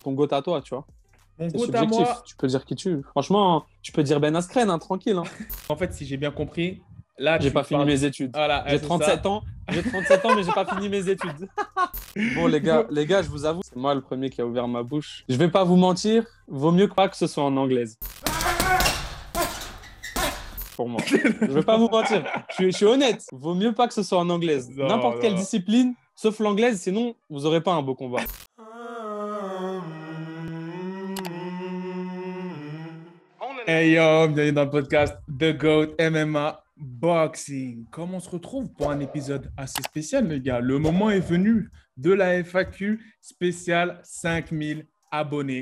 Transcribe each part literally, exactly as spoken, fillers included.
ton goat à toi, tu vois. Mon C'est goat à subjectif. moi, Tu peux dire qui tu. Franchement, tu peux dire Ben Askren, hein, tranquille. Hein. en fait, si j'ai bien compris, là, J'ai tu pas fini parles. mes études. Voilà, ouais, J'ai c'est ça. trente-sept ans. J'ai trente-sept ans, mais j'ai pas fini mes études. Bon, les Du coup, gars, les gars, je vous avoue, c'est moi le premier qui a ouvert ma bouche. Je vais pas vous mentir, vaut mieux pas que ce soit en anglaise. Pour moi. Je vais pas vous mentir. Je suis, je suis honnête. Vaut mieux pas que ce soit en anglaise. non, N'importe quelle non. discipline, sauf l'anglaise, sinon vous aurez pas un beau combat. Hey yo, bienvenue dans le podcast The GOAT M M A Boxing. Comme on se retrouve pour un épisode assez spécial, les gars. Le moment est venu de la F A Q spéciale cinq mille abonnés.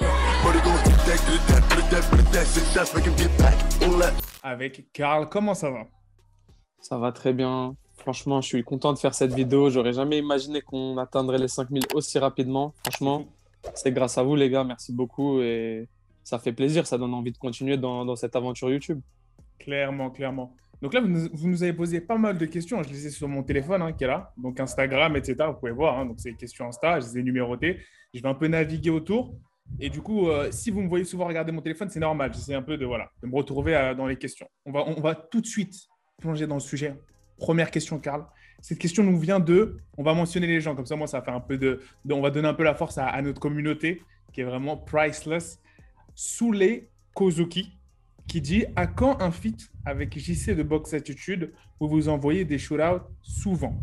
Avec Karl, comment ça va? Ça va très bien. Franchement, je suis content de faire cette vidéo. J'aurais jamais imaginé qu'on atteindrait les cinq mille aussi rapidement. Franchement, c'est grâce à vous, les gars. Merci beaucoup. Et ça fait plaisir. Ça donne envie de continuer dans, dans cette aventure YouTube. Clairement, clairement. Donc là, vous nous, vous nous avez posé pas mal de questions. Je les ai sur mon téléphone hein, qui est là. Donc Instagram, et cetera. Vous pouvez voir. Hein. Donc c'est les questions Insta. Je les ai numérotées. Je vais un peu naviguer autour. Et du coup, euh, si vous me voyez souvent regarder mon téléphone, c'est normal. J'essaie un peu de, voilà, de me retrouver à- dans les questions. On va, on va tout de suite plonger dans le sujet. Première question, Karl. Cette question nous vient de, on va mentionner les gens, comme ça, moi, ça va faire un peu de, de- on va donner un peu la force à, à notre communauté, qui est vraiment priceless. Souley Kozuki, qui dit, à quand un feat avec J C de Box Attitude où vous envoyez des shootouts souvent?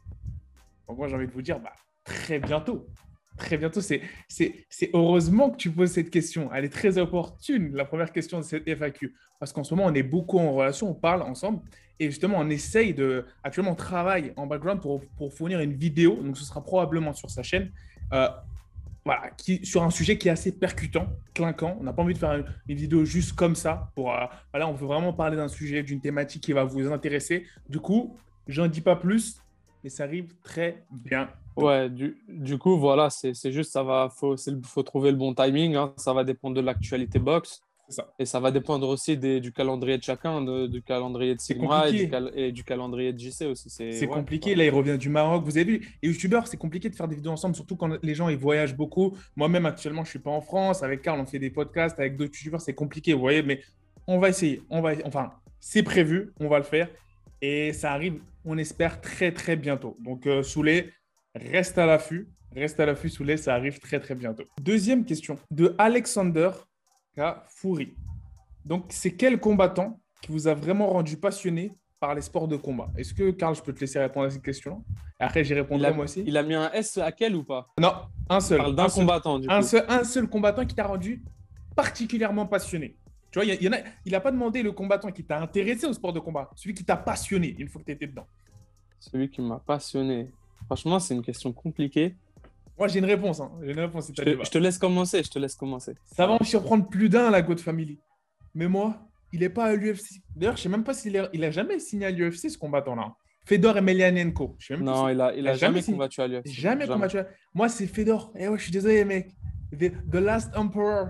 Donc moi, j'ai envie de vous dire, bah, très bientôt. Très bientôt, c'est, c'est, c'est heureusement que tu poses cette question. Elle est très opportune, la première question de cette F A Q. Parce qu'en ce moment, on est beaucoup en relation, on parle ensemble. Et justement, on essaye de… Actuellement, on travaille en background pour, pour fournir une vidéo. Donc, ce sera probablement sur sa chaîne. Euh, voilà, qui, sur un sujet qui est assez percutant, clinquant. On n'a pas envie de faire une, une vidéo juste comme ça. Pour, euh, voilà, on veut vraiment parler d'un sujet, d'une thématique qui va vous intéresser. Du coup, j'en dis pas plus, mais ça arrive très bien. Ouais, du, du coup, voilà, c'est c'est juste, ça va, faut, c'est le- faut trouver le bon timing. Hein. Ça va dépendre de l'actualité box. C'est ça. Et ça va dépendre aussi des- du calendrier de chacun, de- du calendrier de C'est Sigma et du, compliqué. cal- et du calendrier de J C aussi. C'est C'est ouais, compliqué. voilà. Là, il revient du Maroc. Vous avez vu, les youtubeurs, c'est compliqué de faire des vidéos ensemble, surtout quand les gens ils voyagent beaucoup. Moi-même, actuellement, je ne suis pas en France. Avec Karl, on fait des podcasts. Avec d'autres youtubeurs, c'est compliqué, vous voyez. Mais on va essayer. On va, enfin, c'est prévu. On va le faire. Et ça arrive, on espère, très, très bientôt. Donc, euh, Souley, reste à l'affût. Reste à l'affût, Souley. Ça arrive très, très bientôt. Deuxième question de Alexander Kafouri. Donc, c'est quel combattant qui vous a vraiment rendu passionné par les sports de combat? Est-ce que, Karl, je peux te laisser répondre à cette question? Après, j'y Il répondrai a, moi aussi. il a mis un S à quel ou pas? Non, un Il seul. parle Un d'un seul, combattant, du un coup. seul, un seul combattant qui t'a rendu particulièrement passionné. Tu vois, il y a- il y en a, il n'a pas demandé le combattant qui t'a intéressé au sport de combat, celui qui t'a passionné une fois que tu étais dedans. Celui qui m'a passionné. Franchement, c'est une question compliquée. Moi, j'ai une réponse. Hein. J'ai une réponse si Je tu te, je te laisse commencer, je te laisse commencer. Ça va en surprendre plus d'un, la Goat Family. Mais moi, il n'est pas à l'U F C. D'ailleurs, je ne sais même pas s'il est... il a jamais signé à l'U F C, ce combattant-là. Fedor Emelianenko. Je sais même Non, plus si- il a, il il a a jamais signé. combattu à l'U F C. Jamais combattu. Moi, c'est Fedor. Eh ouais, je suis désolé, mec. The, the Last Emperor.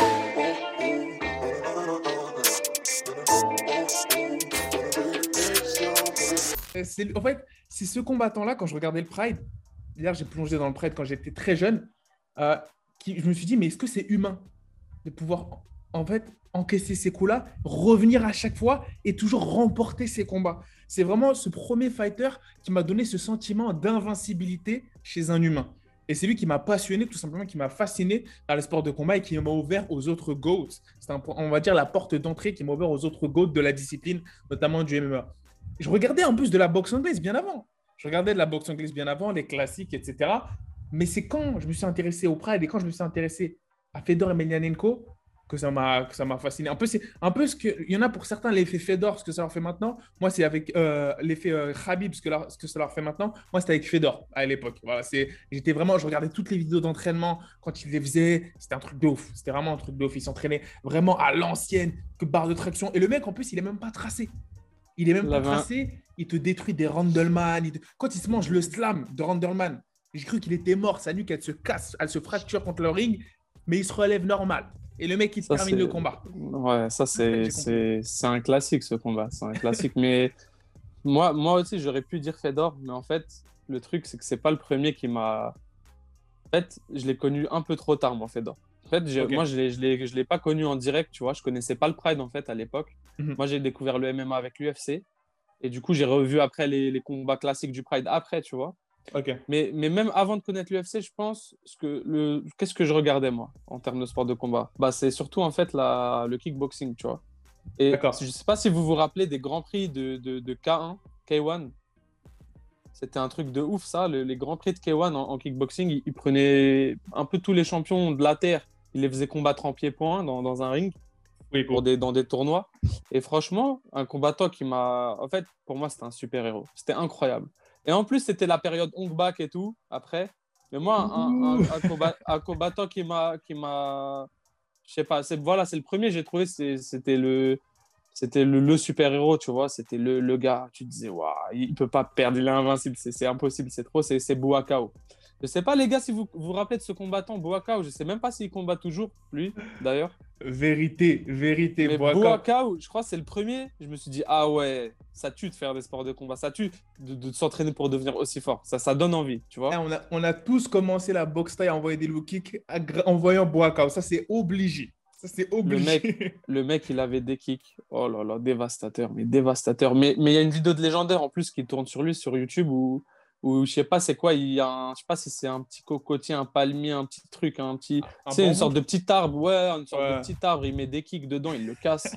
Et c'est- En fait, c'est ce combattant-là, quand je regardais le Pride, d'ailleurs, j'ai plongé dans le Pride quand j'étais très jeune, euh, qui, je me suis dit, mais est-ce que c'est humain de pouvoir, en fait, encaisser ces coups-là, revenir à chaque fois et toujours remporter ses combats? C'est vraiment ce premier fighter qui m'a donné ce sentiment d'invincibilité chez un humain. Et c'est lui qui m'a passionné, tout simplement, qui m'a fasciné par le sport de combat et qui m'a ouvert aux autres GOATs. C'est, un, on va dire, la porte d'entrée qui m'a ouvert aux autres GOATs de la discipline, notamment du M M A. Je regardais en plus de la boxe anglaise bien avant. Je regardais de la boxe anglaise bien avant, les classiques, et cetera. Mais c'est quand je me suis intéressé au Pride et quand je me suis intéressé à Fedor Emelianenko que ça m'a que ça m'a fasciné. Un peu, c'est un peu ce que il y en a pour certains l'effet Fedor, ce que ça leur fait maintenant. Moi, c'est avec euh, l'effet euh, Khabib, ce que, leur- ce que ça leur fait maintenant. Moi, c'était avec Fedor à l'époque. Voilà, c'est, j'étais vraiment, je regardais toutes les vidéos d'entraînement quand il les faisait. C'était un truc de ouf. C'était vraiment un truc de ouf. Il s'entraînait vraiment à l'ancienne, que barre de traction. Et le mec, en plus, il est même pas tracé. Il est même Il pas avait un- tracé. Il te détruit des Randleman. Il te- Quand il se mange le slam de Randleman, j'ai cru qu'il était mort. Sa nuque, elle se casse, elle se fracture contre le ring, mais il se relève normal. Et le mec, il Ça, termine c'est... le combat. Ouais, ça, C'est ça que c'est, j'ai compris. c'est, c'est un classique, ce combat. C'est un classique. Mais moi, moi aussi, j'aurais pu dire Fedor. Mais en fait, le truc, c'est que c'est pas le premier qui m'a En fait, je l'ai connu un peu trop tard, moi, Fedor. En fait, je- Ok. moi, je l'ai, je l'ai, je l'ai pas connu en direct, tu vois. Je connaissais pas le Pride, en fait, à l'époque. Mhm. Moi, j'ai découvert le M M A avec l'U F C. Et du coup, j'ai revu après les, les combats classiques du Pride après, tu vois. Ok. Mais, mais même avant de connaître l'U F C, je pense, ce que le, qu'est-ce que je regardais, moi, en termes de sport de combat? Bah, c'est surtout, en fait, la, le kickboxing, tu vois. Et D'accord. je sais pas si vous vous rappelez des grands prix de, de, de K un, K un. C'était un truc de ouf, ça. Le- les grands prix de K un en, en kickboxing, ils, ils prenaient un peu tous les champions de la Terre. Ils les faisaient combattre en pied-point dans, dans un ring Oui, pour pour. des, dans des tournois. Et franchement, un combattant qui m'a. En fait, pour moi, c'était un super-héros. C'était incroyable. Et en plus, c'était la période Hong Bak et tout, après. Mais moi, un, Ouh. un, un, combat, un combattant qui m'a. Qui m'a... Je sais pas, c'est, voilà, c'est le premier, j'ai trouvé, c'est- c'était le. C'était le, le super-héros, tu vois. C'était le, le gars. Tu te disais, waouh, il ne peut pas perdre, il est invincible. C'est c'est impossible, c'est trop. C'est c'est Buakao. Je sais pas, les gars, si vous vous vous rappelez de ce combattant, Buakao. Je sais même pas s'il combat toujours, lui, d'ailleurs. Vérité, vérité, Mais Boaka. Buakao, je crois que c'est le premier. Je me suis dit, ah ouais, ça tue de faire des sports de combat. Ça tue de, de s'entraîner pour devenir aussi fort. Ça, ça donne envie, tu Eh, vois. on a, on a tous commencé la boxe taille à envoyer des low kicks à gra- en voyant Boaka. Ça, c'est obligé. Ça, c'est Le mec, obligé. le mec, il avait des kicks. Oh là là, dévastateur, mais dévastateur. Mais mais il y a une vidéo de légendaire en plus qui tourne sur lui sur YouTube où, où je sais pas c'est quoi. Il y a un, je sais pas si c'est un petit cocotier, un palmier, un petit truc, un petit, tu Un sais, une sorte bambou? de petit arbre. Ouais, une sorte de Ouais. petit arbre. Il met des kicks dedans, il le casse.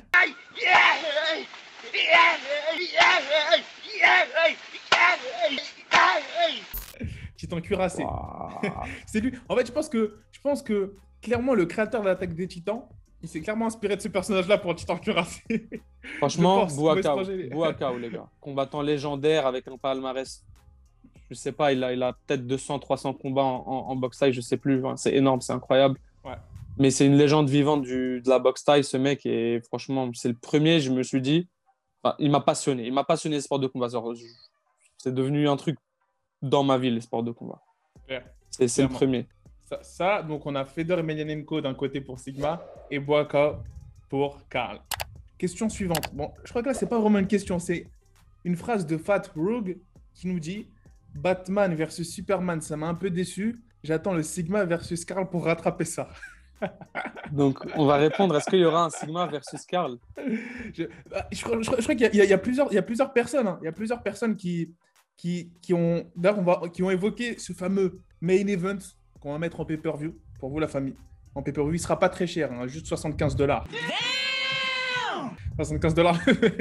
Titan cuirassé. Waouh. C'est lui. En fait, je pense que, je pense que clairement, le créateur de l'attaque des Titans, il s'est clairement inspiré de ce personnage-là pour Titan cuirassé. Je Franchement, pense. Maurice Buakao, Projet. Buakao, les gars. Combattant légendaire avec un palmarès. Je sais pas, il a, il a peut-être deux cents, trois cents combats en, en, en boxe taille, je sais plus. Hein. C'est énorme, c'est incroyable. Ouais. Mais c'est une légende vivante du, de la boxe taille, ce mec. Et franchement, c'est le premier, je me suis dit. Enfin, il m'a passionné. Il m'a passionné les sports de combat. Genre, je- c'est devenu un truc dans ma vie, les sports de combat. Claire. C'est c'est le Clairement. premier. Ça, ça, donc on a Fedor Emelianenko d'un côté pour Sigma et Boaka pour Karl. Question suivante. Bon, je crois que là, c'est pas vraiment une question, c'est une phrase de Fat Rogue qui nous dit Batman versus Superman, ça m'a un peu déçu. J'attends le Sigma versus Karl pour rattraper ça. Donc, on va répondre. Est-ce qu'il y aura un Sigma versus Karl? Je, bah, je crois, je crois- je crois qu'il y a, il y a- il y a plusieurs, il y a plusieurs personnes. hein. Il y a plusieurs personnes qui, qui, qui ont, d'ailleurs, on va, qui ont évoqué ce fameux main event qu'on va mettre en pay-per-view pour vous, la famille. En pay-per-view, il sera pas très cher, hein, juste soixante-quinze dollars. soixante-quinze dollars.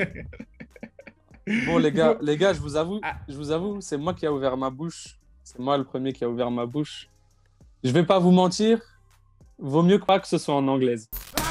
Bon, les gars, les gars, je vous avoue, Ah. je vous avoue, c'est moi qui a ouvert ma bouche. C'est moi le premier qui a ouvert ma bouche. Je vais pas vous mentir, vaut mieux pas que ce soit en anglaise.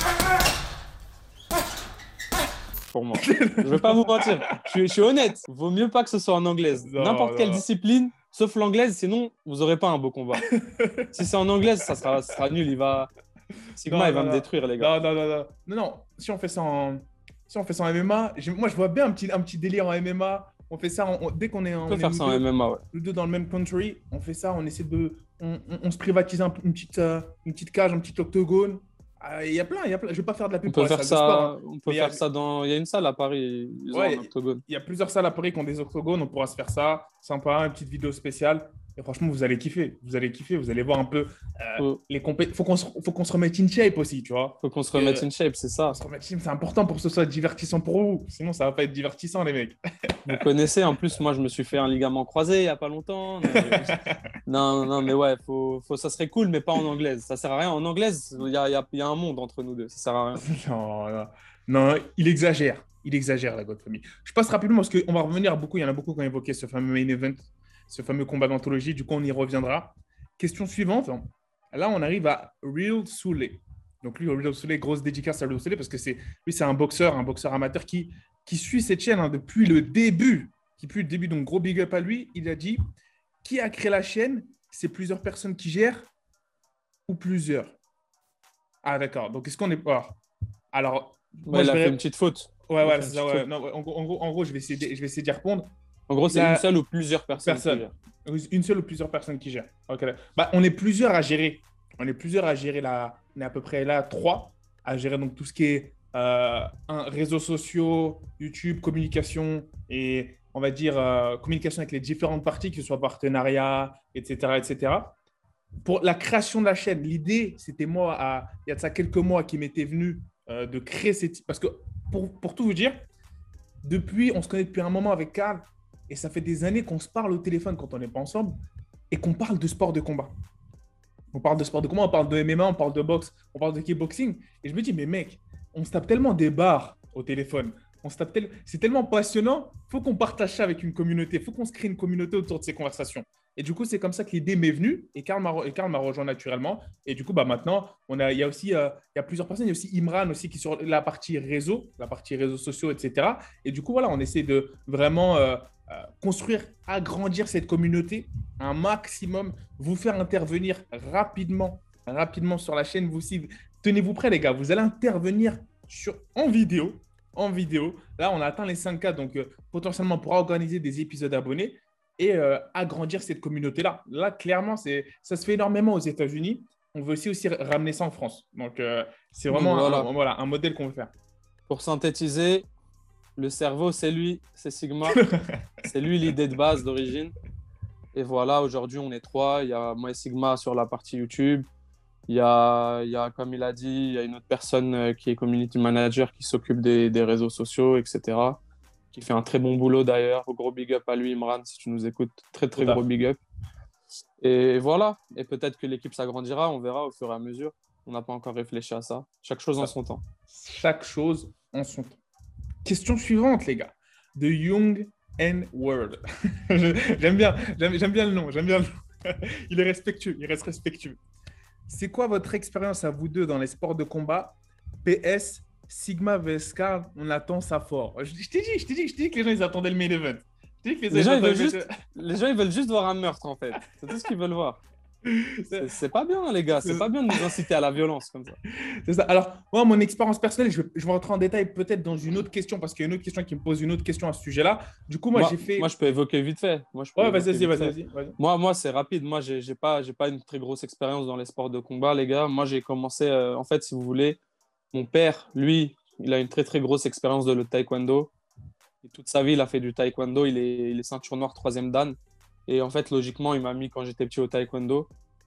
Pour moi. Je vais pas vous mentir. Je suis, je suis honnête. Vaut mieux pas que ce soit en anglaise. Non, N'importe quelle non. discipline, sauf l'anglaise, sinon vous aurez pas un beau combat. Si c'est en anglaise, ça sera, ça sera nul. Il va... Sigma, Non, il va non, me non. détruire, les gars. Non, non, non, non. Non, non. Si on fait ça en, si on fait ça en M M A, j'ai- moi, je vois bien un petit, un petit délire en M M A. On fait ça en- on- dès qu'on est, en, On peut on est faire nous ça en deux, M M A, ouais. nous deux dans le même country. On fait ça, on essaie de, on, on- on se privatise un peu- une petite, euh, une petite cage, un petit octogone. Ah, Il y a plein, il y a plein. Je vais pas faire de la On pub pour peut la faire salle de sport. hein. ça, on peut Mais il y a- faire ça dans. Il y a une salle à Paris, ils ont Ouais, un octogone. Il y a plusieurs salles à Paris qui ont des octogones, on pourra se faire ça. Sympa, une petite vidéo spéciale. Et franchement, vous allez kiffer. Vous allez kiffer, vous allez voir un peu euh, Faut, les compé- Faut qu'on se... faut qu'on se remette in shape aussi, tu vois. faut qu'on se Euh, remette in shape, c'est ça. Faut se remettre in shape, c'est important pour que ce soit divertissant pour vous. Sinon, ça va pas être divertissant, les mecs. Vous connaissez, en plus, moi, je me suis fait un ligament croisé il y a pas longtemps. Non, je- non, non, mais ouais, faut, faut, ça serait cool, mais pas en anglaise. Ça sert à rien. En anglaise, il y a, il y a- il y a un monde entre nous deux. Ça sert à rien. Non, non, non, il exagère. Il exagère, la Godfamille. Je passe rapidement parce qu'on va revenir beaucoup. Il y en a beaucoup qui ont évoqué ce fameux main event, ce fameux combat d'anthologie. Du coup, on y reviendra. Question suivante. Là, on arrive à Real Soule. Donc, lui, Real Soule, grosse dédicace à Real Soule parce que c'est, lui, c'est un boxeur, un boxeur amateur qui, qui suit cette chaîne hein, depuis le début. Depuis le début, donc gros big up à lui. Il a dit qui a créé la chaîne? C'est plusieurs personnes qui gèrent ou plusieurs? Ah, d'accord. Donc, est-ce qu'on est pas. Alors, moi, Ouais, il je a vais fait une petite faute. Ouais, Il a ouais, fait c'est une ça. petite Ouais. faute. Non, ouais, en, gros, en gros- en gros, je vais essayer, de- je vais essayer d'y répondre. En gros, c'est La- une seule ou plusieurs personnes. qui Personne. gèrent. Une seule ou plusieurs personnes qui gèrent. Ok, d'accord. Bah, on est plusieurs à gérer. On est plusieurs à gérer la. On est à peu près là trois à gérer donc tout ce qui est euh, un, réseaux sociaux, YouTube, communication et on va dire euh, communication avec les différentes parties, que ce soit partenariat, et cetera, et cetera. pour la création de la chaîne, l'idée, c'était moi, à, il y a de ça quelques mois, qui m'était venu euh, de créer cette… Parce que, pour, pour tout vous dire, depuis, on se connaît depuis un moment avec Karl, et ça fait des années qu'on se parle au téléphone quand on n'est pas ensemble, et qu'on parle de sport de combat. On parle de sport de combat, on parle de M M A, on parle de boxe, on parle de kickboxing. Et je me dis, mais mec, on se tape tellement des barres au téléphone. On se tape tel... C'est tellement passionnant. Il faut qu'on partage ça avec une communauté. Il faut qu'on se crée une communauté autour de ces conversations. Et du coup, c'est comme ça que l'idée m'est venue. Et Karl m'a, et Karl m'a rejoint naturellement. Et du coup, bah, maintenant, on a, il y a aussi euh, il y a plusieurs personnes. Il y a aussi Imran aussi qui est sur la partie réseau, la partie réseaux sociaux, et cetera. Et du coup, voilà, on essaie de vraiment euh, euh, construire, agrandir cette communauté un maximum, vous faire intervenir rapidement, rapidement sur la chaîne. Vous aussi, tenez-vous prêts, les gars. Vous allez intervenir sur, en vidéo. En vidéo. Là, on a atteint les cinq K, donc euh, potentiellement, on pourra organiser des épisodes abonnés et euh, agrandir cette communauté-là. Là, clairement, c'est, ça se fait énormément aux États-Unis. On veut aussi, aussi ramener ça en France. Donc, euh, c'est vraiment Donc, voilà. un, voilà, un modèle qu'on veut faire. Pour synthétiser, le cerveau, c'est lui, c'est Sigma. C'est lui l'idée de base d'origine. Et voilà, aujourd'hui, on est trois. Il y a moi et Sigma sur la partie YouTube. Il y a, il y a, comme il a dit, il y a une autre personne qui est community manager qui s'occupe des, des réseaux sociaux, et cetera. Qui fait un très bon boulot d'ailleurs. Gros big up à lui, Imran, si tu nous écoutes. Très, très gros big up. Et voilà. Et peut-être que l'équipe s'agrandira. On verra au fur et à mesure. On n'a pas encore réfléchi à ça. Chaque chose en son temps. Chaque chose en son temps. Question suivante, les gars. The Young N-Word. j'aime bien, j'aime, j'aime bien le nom. J'aime bien le nom. Il est respectueux. Il reste respectueux. C'est quoi votre expérience à vous deux dans les sports de combat? P S, Sigma vs Karl, on attend ça fort. Je, je t'ai dit, je t'ai dit, je t'ai dit que les gens ils attendaient le main event. Les, les, gens, ils veulent juste, les gens ils veulent juste voir un meurtre en fait. C'est tout ce qu'ils veulent voir. C'est, c'est pas bien les gars, c'est pas bien de nous inciter à la violence comme ça. C'est ça. Alors moi, mon expérience personnelle, je vais, je vais rentrer en détail peut-être dans une autre question parce qu'il y a une autre question qui me pose une autre question à ce sujet-là. Du coup, moi, moi j'ai fait. Moi je peux évoquer vite fait. Moi, je peux ouais, vas-y, vas-y, vas-y, vas-y. Moi, moi c'est rapide. Moi, j'ai, j'ai pas, j'ai pas une très grosse expérience dans les sports de combat, les gars. Moi, j'ai commencé, euh, en fait, si vous voulez, mon père, lui, il a une très très grosse expérience de le taekwondo. Et toute sa vie, il a fait du taekwondo. Il est, il est ceinture noire troisième dan. Et en fait, logiquement, il m'a mis quand j'étais petit au taekwondo.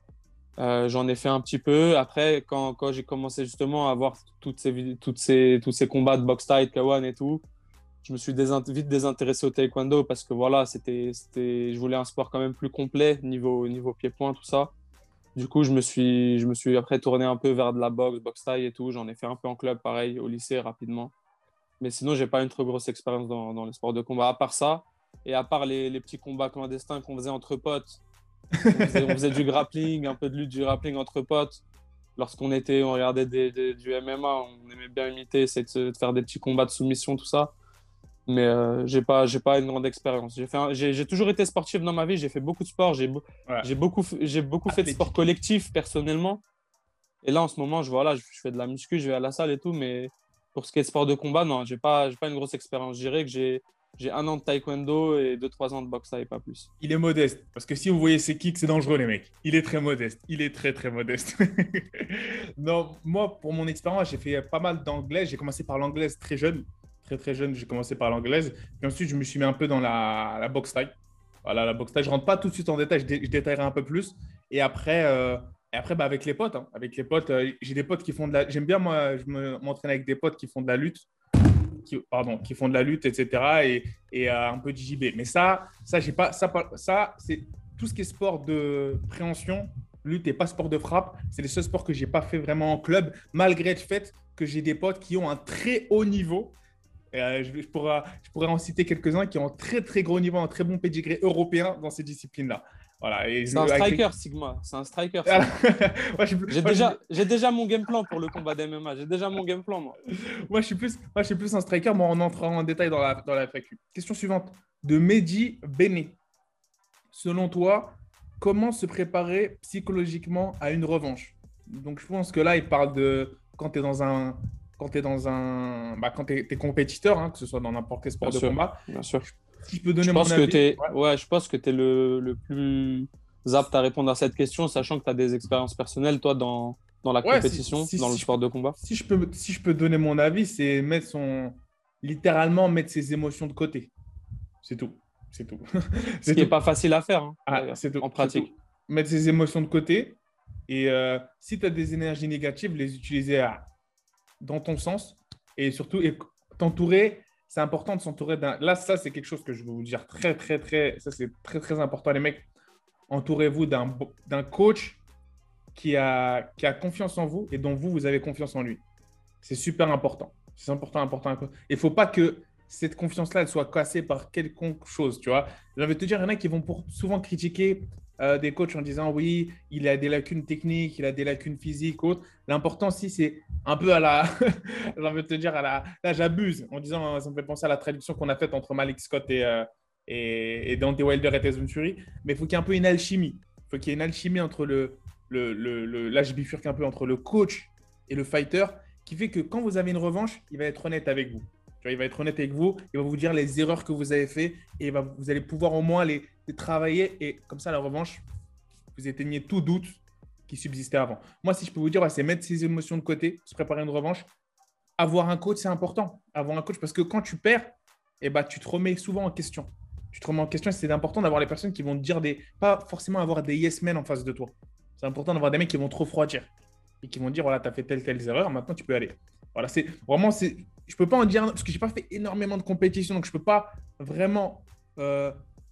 Euh, j'en ai fait un petit peu. Après, quand, quand j'ai commencé justement à voir toutes ces, toutes ces, tous ces combats de boxe Thai, K one et tout, je me suis désint- vite désintéressé au taekwondo parce que voilà, c'était, c'était, je voulais un sport quand même plus complet niveau, niveau pied-point, tout ça. Du coup, je me suis, je me suis après tourné un peu vers de la boxe, boxe Thai et tout. J'en ai fait un peu en club, pareil, au lycée, rapidement. Mais sinon, j'ai pas une trop grosse expérience dans, dans les sports de combat. À part ça, et à part les, les petits combats clandestins qu'on faisait entre potes, on faisait, on faisait du grappling, un peu de lutte du grappling entre potes. Lorsqu'on était, on regardait des, des, du M M A, on aimait bien imiter, essayer de, de faire des petits combats de soumission, tout ça. Mais euh, j'ai pas, j'ai pas une grande expérience. J'ai, fait un, j'ai, j'ai toujours été sportif dans ma vie, j'ai fait beaucoup de sport, j'ai, ouais. j'ai beaucoup, j'ai beaucoup fait de sport collectif personnellement. Et là, en ce moment, je, voilà, je, je fais de la muscu, je vais à la salle et tout, mais pour ce qui est de sport de combat, non, j'ai pas, j'ai pas une grosse expérience. Je dirais que j'ai, j'ai un an de taekwondo et deux trois ans de boxe, ça et pas plus. Il est modeste, parce que si vous voyez ses kicks, c'est dangereux les mecs. Il est très modeste, il est très très modeste. Non, moi, pour mon expérience, j'ai fait pas mal d'anglais. J'ai commencé par l'anglaise très jeune. Très très jeune, j'ai commencé par l'anglaise. Puis ensuite, je me suis mis un peu dans la, la boxe thaï. Voilà, la boxe thaï. Je rentre pas tout de suite en détail, je, dé, je détaillerai un peu plus. Et après, euh, et après bah, avec les potes, hein, avec les potes, euh, j'ai des potes qui font de la… J'aime bien, moi, je me, m'entraîne avec des potes qui font de la lutte. Qui, pardon, qui font de la lutte, et cetera. Et, et euh, un peu de J B. Mais ça, ça, j'ai pas, ça, ça c'est tout ce qui est sport de préhension, lutte et pas sport de frappe. C'est les seuls sports que j'ai pas fait vraiment en club, malgré le fait que j'ai des potes qui ont un très haut niveau. Et, euh, je, je, pourrais, je pourrais en citer quelques-uns qui ont un très très gros niveau, un très bon pédigré européen dans ces disciplines-là. Voilà, et c'est un striker, Sigma. C'est un striker. Sigma. Ouais, j'ai, j'ai, moi, déjà, je... j'ai déjà mon game plan pour le combat d'M M A. J'ai déjà mon game plan, moi. moi, je suis plus, moi, je suis plus un striker. Moi, on entrera en détail dans la, dans la F A Q. Question suivante. De Mehdi Béné. Selon toi, comment se préparer psychologiquement à une revanche? Donc, je pense que là, il parle de quand tu es dans un… Quand tu es dans un… Bah, quand tu es compétiteur, hein, que ce soit dans n'importe quel sport bien de sûr, combat. Bien sûr. Si je peux donner je mon pense avis. Que t'es, ouais. ouais, je pense que tu es le, le plus apte à répondre à cette question, sachant que tu as des expériences personnelles, toi, dans, dans la ouais, compétition, si, si, dans si, le sport je, de combat. Si je, peux, si je peux donner mon avis, c'est mettre son… littéralement mettre ses émotions de côté. C'est tout. C'est tout. Ce qui n'est pas facile à faire, hein, ah, c'est tout, en pratique. C'est tout. mettre ses émotions de côté. Et euh, si tu as des énergies négatives, les utiliser à- dans ton sens. Et surtout, et t'entourer, c'est important de s'entourer d'un. Là, ça, c'est quelque chose que je vais vous dire très, très, très. Ça, c'est très, très important, les mecs. Entourez-vous d'un bo- d'un coach qui a, qui a confiance en vous et dont vous, vous avez confiance en lui. C'est super important. C'est important, important. Il ne faut pas que cette confiance-là, elle soit cassée par quelconque chose, tu vois. J'ai envie de te dire, il y en a qui vont pour, souvent critiquer euh, des coachs en disant, oui, il a des lacunes techniques, il a des lacunes physiques, autres. L'important, si, c'est un peu à la… J'ai envie de te dire, à la… là, j'abuse en disant, ça me fait penser à la traduction qu'on a faite entre Malik Scott et, euh, et, et Dante Wilder et Tyson Fury. Mais il faut qu'il y ait un peu une alchimie. Il faut qu'il y ait une alchimie entre le… le, le, le là, je bifurque un peu entre le coach et le fighter, qui fait que quand vous avez une revanche, il va être honnête avec vous. Tu vois, il va être honnête avec vous, il va vous dire les erreurs que vous avez faites et va, vous allez pouvoir au moins les, les travailler. Et comme ça, la revanche, vous éteignez tout doute qui subsistait avant. Moi, si je peux vous dire, ouais, c'est mettre ses émotions de côté, se préparer une revanche. Avoir un coach, c'est important. Avoir un coach, parce que quand tu perds, eh ben, tu te remets souvent en question. Tu te remets en question et c'est important d'avoir les personnes qui vont te dire des… Pas forcément avoir des yes men en face de toi. C'est important d'avoir des mecs qui vont te refroidir et qui vont dire, voilà, tu as fait telle, telle erreur, maintenant tu peux aller. Voilà, c'est vraiment, c'est, je peux pas en dire, parce que j'ai pas fait énormément de compétition, donc je peux pas vraiment euh,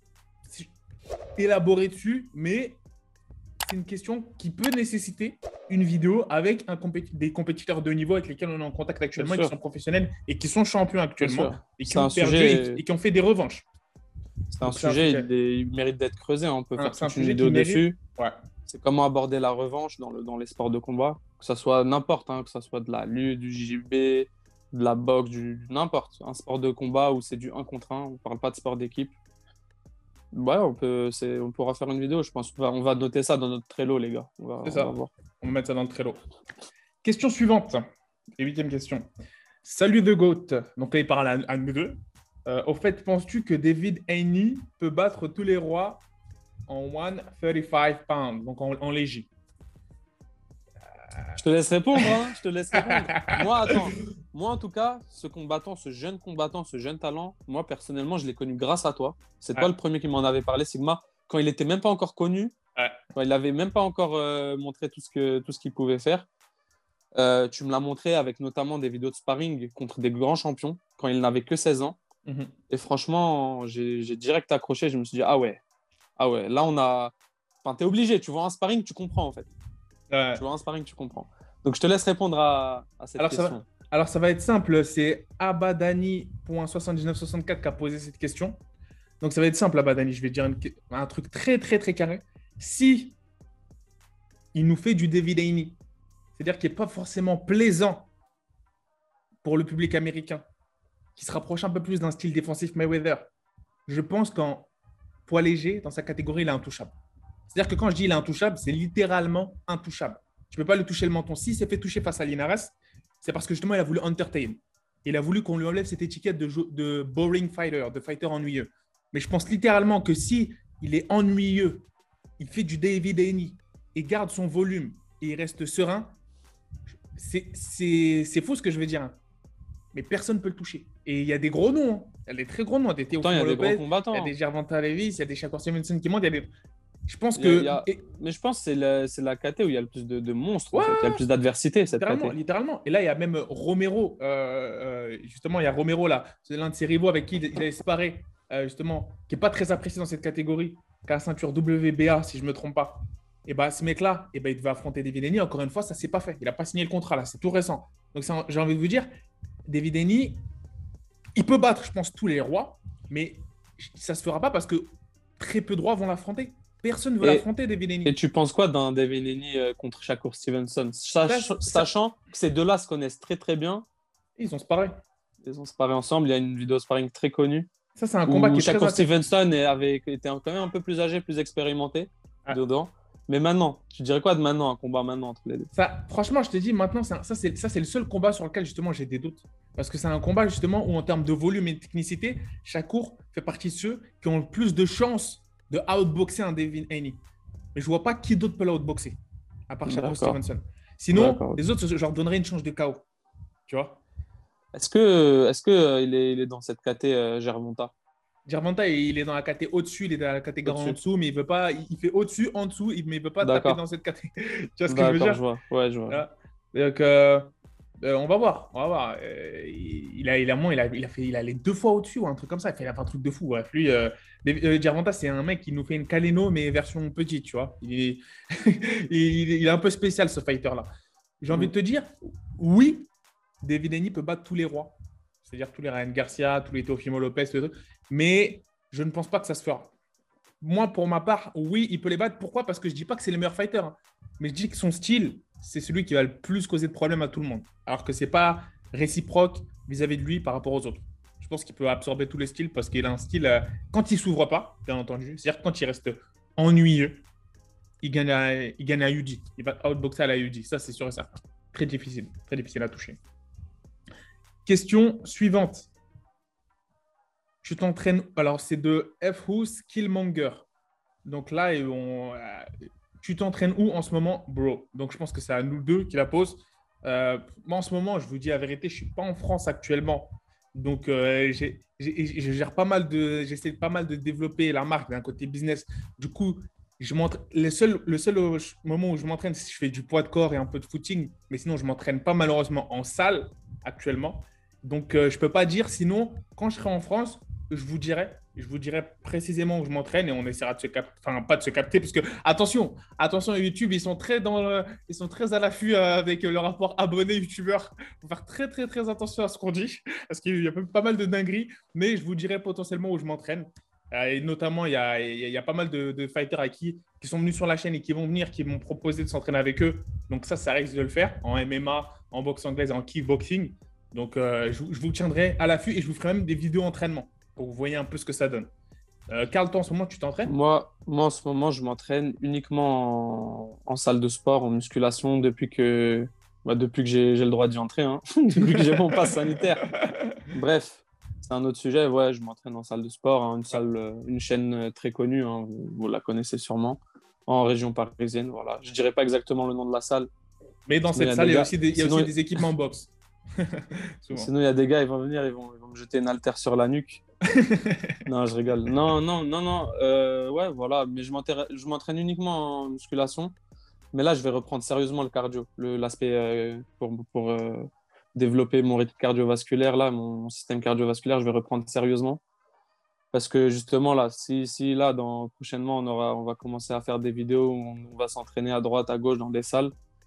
élaborer dessus, mais c'est une question qui peut nécessiter une vidéo avec un compé- des compétiteurs de haut niveau avec lesquels on est en contact actuellement, et qui sont professionnels et qui sont champions actuellement, et qui C'est ont un perdu sujet, et, et qui ont fait des revanches. c'est un Donc c'est un sujet, sujet, il, est- il mérite d'être creusé, hein. On peut un- faire c'est un toute une sujet qui vidéo mérite. dessus. Ouais, C'est comment aborder la revanche dans, le, dans les sports de combat, que ce soit n'importe, hein, que ce soit de la lutte, du J J B, de la boxe, du, du n'importe. Un sport de combat où c'est du un contre un, on ne parle pas de sport d'équipe. Ouais, on peut, c'est, on pourra faire une vidéo, je pense. On va, on va noter ça dans notre Trello, les gars. On va, c'est on va ça. voir. On va mettre ça dans le Trello. Question suivante, et huitième question. Salut The Goat. Donc là, il parle à, à nous deux. Euh, au fait, penses-tu que David Haney peut battre tous les rois en cent trente-cinq pounds, donc en, en léger? Je te laisse répondre, hein, je te laisse répondre. Moi, attends, moi en tout cas, ce combattant, ce jeune combattant, ce jeune talent, moi personnellement, je l'ai connu grâce à toi. C'est Ouais. toi le premier qui m'en avait parlé, Sigma, quand il n'était même pas encore connu, Ouais. quand il n'avait même pas encore euh, montré tout ce que, tout ce qu'il pouvait faire. Euh, tu me l'as montré avec notamment des vidéos de sparring contre des grands champions quand il n'avait que seize ans. Mhm. Et franchement, j'ai j'ai direct accroché. Je me suis dit, ah ouais, ah ouais, là on a. Enfin, t'es obligé, tu vois un sparring, tu comprends en fait. Ouais. Tu vois un sparring, tu comprends. Donc je te laisse répondre à, à cette Alors, ça va, question. alors, ça va être simple. C'est abadani point soixante-dix-neuf soixante-quatre qui a posé cette question. Donc, ça va être simple, Abadani. Je vais dire une- un truc très, très, très carré. Si il nous fait du David Haney, c'est-à-dire qu'il n'est pas forcément plaisant pour le public américain, qui se rapproche un peu plus d'un style défensif Mayweather, je pense qu'en poids léger, dans sa catégorie, il est intouchable. C'est-à-dire que quand je dis il est intouchable, c'est littéralement intouchable. Tu ne peux pas le toucher le menton. S'il s'est fait toucher face à Linares, c'est parce que justement, il a voulu entertain. Il a voulu qu'on lui enlève cette étiquette de, de boring fighter, de fighter ennuyeux. Mais je pense littéralement que si il est ennuyeux, il fait du David Haney et garde son volume et il reste serein, c'est, c'est, c'est faux ce que je veux dire. Hein. Mais personne ne peut le toucher. Et il y a des gros noms. Hein. Il y a des très gros noms. Des Pourtant, il y a Teofimo des gros Lopez, il y a combattants. des Gervonta Davis, il y a des Shakur Stevenson qui montent. Il y a des... Je pense Il y a- il que… y a- Et… Mais je pense que c'est la, c'est la K T où il y a le plus de, de monstres, en Ouais, fait. Il y a le plus d'adversité, cette littéralement, K T. littéralement. Et là, il y a même Romero. euh, euh, justement, il y a Romero là. C'est l'un de ses rivaux avec qui il avait sparé, euh, justement, qui n'est pas très apprécié dans cette catégorie, qui a la ceinture W B A, si je ne me trompe pas. Et bah, ce mec-là, et bah, il devait affronter David Haney. Encore une fois, ça ne s'est pas fait. Il n'a pas signé le contrat là. C'est tout récent. Donc, ça, j'ai envie de vous dire, David Haney, il peut battre, je pense, tous les rois, mais ça ne se fera pas parce que très peu de rois vont l'affronter. Personne ne veut Et, l'affronter, David et Haney. tu penses quoi d'un Devin Haney euh, contre Shakur Stevenson? Sach- Ça, ça- Sachant que ces deux-là se connaissent très très bien, Ils ont sparé. ils ont sparé ensemble, il y a une vidéo sparring très connue Ça, c'est un combat où qui est très Shakur intéressant. Stevenson est- avait été quand même un peu plus âgé, plus expérimenté Ah. dedans. Mais maintenant, tu dirais quoi de maintenant, un combat maintenant entre les deux? Ça, franchement, je te dis, maintenant, c'est un- ça, c'est, ça, c'est le seul combat sur lequel, justement, j'ai des doutes. Parce que c'est un combat, justement, où, en termes de volume et de technicité, Shakur fait partie de ceux qui ont le plus de chances de outboxer un Devin Haney. Mais je vois pas qui d'autre peut l'outboxer, à part Shakur D'accord. Stevenson. Sinon, D'accord. les autres, je leur donnerais une chance de K O. Tu vois? Est-ce que, est-ce que euh, il est, il est dans cette K T euh, Gervonta? Gervonta, il est dans la catégorie au-dessus, il est dans la catégorie en Au-dessus. dessous, mais il veut pas, il fait au-dessus, en dessous, mais il ne veut pas taper D'accord. dans cette catégorie. Tu vois ce que je veux D'accord, dire? je vois. Ouais, je vois. Voilà. Donc, euh, euh, on va voir, on va voir. Euh, il a, il a moins, il a, il a fait, il a les deux fois au-dessus ou un truc comme ça. Il a fait, il a fait un truc de fou. Bref, lui, euh, euh, Gervonta, c'est un mec qui nous fait une Caleno mais version petite, tu vois. Il est, il, il est un peu spécial ce fighter-là. J'ai envie Mm. de te dire, oui, David Haney peut battre tous les rois. C'est-à-dire tous les Ryan Garcia, tous les Teofimo Lopez, tous les trucs. Mais je ne pense pas que ça se fera. Moi, pour ma part, oui, il peut les battre. Pourquoi? Parce que je ne dis pas que c'est le meilleur fighter. Hein. Mais je dis que son style, c'est celui qui va le plus causer de problèmes à tout le monde. Alors que ce n'est pas réciproque vis-à-vis de lui par rapport aux autres. Je pense qu'il peut absorber tous les styles parce qu'il a un style, euh, quand il ne s'ouvre pas, bien entendu, c'est-à-dire quand il reste ennuyeux, il gagne à, il gagne à U D. Il va outboxer à la U D. Ça, c'est sûr et certain. Très difficile. Très difficile à toucher. Question suivante. Tu t'entraînes. Alors, c'est de F W Skillmonger. Donc là, on, euh, tu t'entraînes où en ce moment, bro? Donc je pense que c'est à nous deux qui la pose. Euh, moi, en ce moment, je vous dis la vérité, je ne suis pas en France actuellement. Donc, euh, j'ai, j'ai, je gère pas mal de, j'essaie pas mal de développer la marque d'un côté business. Du coup, je le seul, le seul moment où je m'entraîne, c'est si je fais du poids de corps et un peu de footing. Mais sinon, je ne m'entraîne pas malheureusement en salle actuellement. Donc, euh, je ne peux pas dire. Sinon, quand je serai en France, je vous dirai, je vous dirai précisément où je m'entraîne et on essaiera de se capter, enfin pas de se capter parce que attention, attention YouTube, ils sont très dans, le, ils sont très à l'affût euh, avec le rapport abonné youtubeur. Il faut faire très très très attention à ce qu'on dit parce qu'il y a pas mal de dingueries, mais je vous dirai potentiellement où je m'entraîne. Euh, et notamment, il y a, il y a pas mal de, de fighters à qui, qui sont venus sur la chaîne et qui vont venir, qui m'ont proposé de s'entraîner avec eux. Donc ça, ça risque de le faire en M M A, en boxe anglaise et en kickboxing. Donc euh, je, je vous tiendrai à l'affût et je vous ferai même des vidéos entraînement pour que vous voyez un peu ce que ça donne. Euh, Carl, toi, en ce moment, tu t'entraînes? Moi, moi, en ce moment, je m'entraîne uniquement en, en salle de sport, en musculation, depuis que, bah, depuis que j'ai, j'ai le droit d'y entrer, hein. Depuis que j'ai mon pass sanitaire. Bref, c'est un autre sujet. Ouais, je m'entraîne en salle de sport, hein, une salle, euh, une chaîne euh, très connue, hein, vous, vous la connaissez sûrement, en région parisienne. Voilà. Je dirais pas exactement le nom de la salle. Mais dans Sinon, il y cette a salle, des il y a gars. aussi des, il y a Sinon, aussi des équipements en boxe. Souvent. sinon, il y a des gars, ils vont venir, ils vont, ils vont me jeter une haltère sur la nuque. Non, je rigole. Non, non, non, non. Euh, ouais, voilà. Mais je m'entraîne, je m'entraîne uniquement en musculation. Mais là, je vais reprendre sérieusement le cardio, le, l'aspect euh, pour, pour euh, développer mon rythme cardiovasculaire, là, mon système cardiovasculaire, je vais reprendre sérieusement. Parce que justement, là, si, si là, dans, prochainement, on aura, on va commencer à faire des vidéos où on, on va s'entraîner à droite, à gauche dans des salles.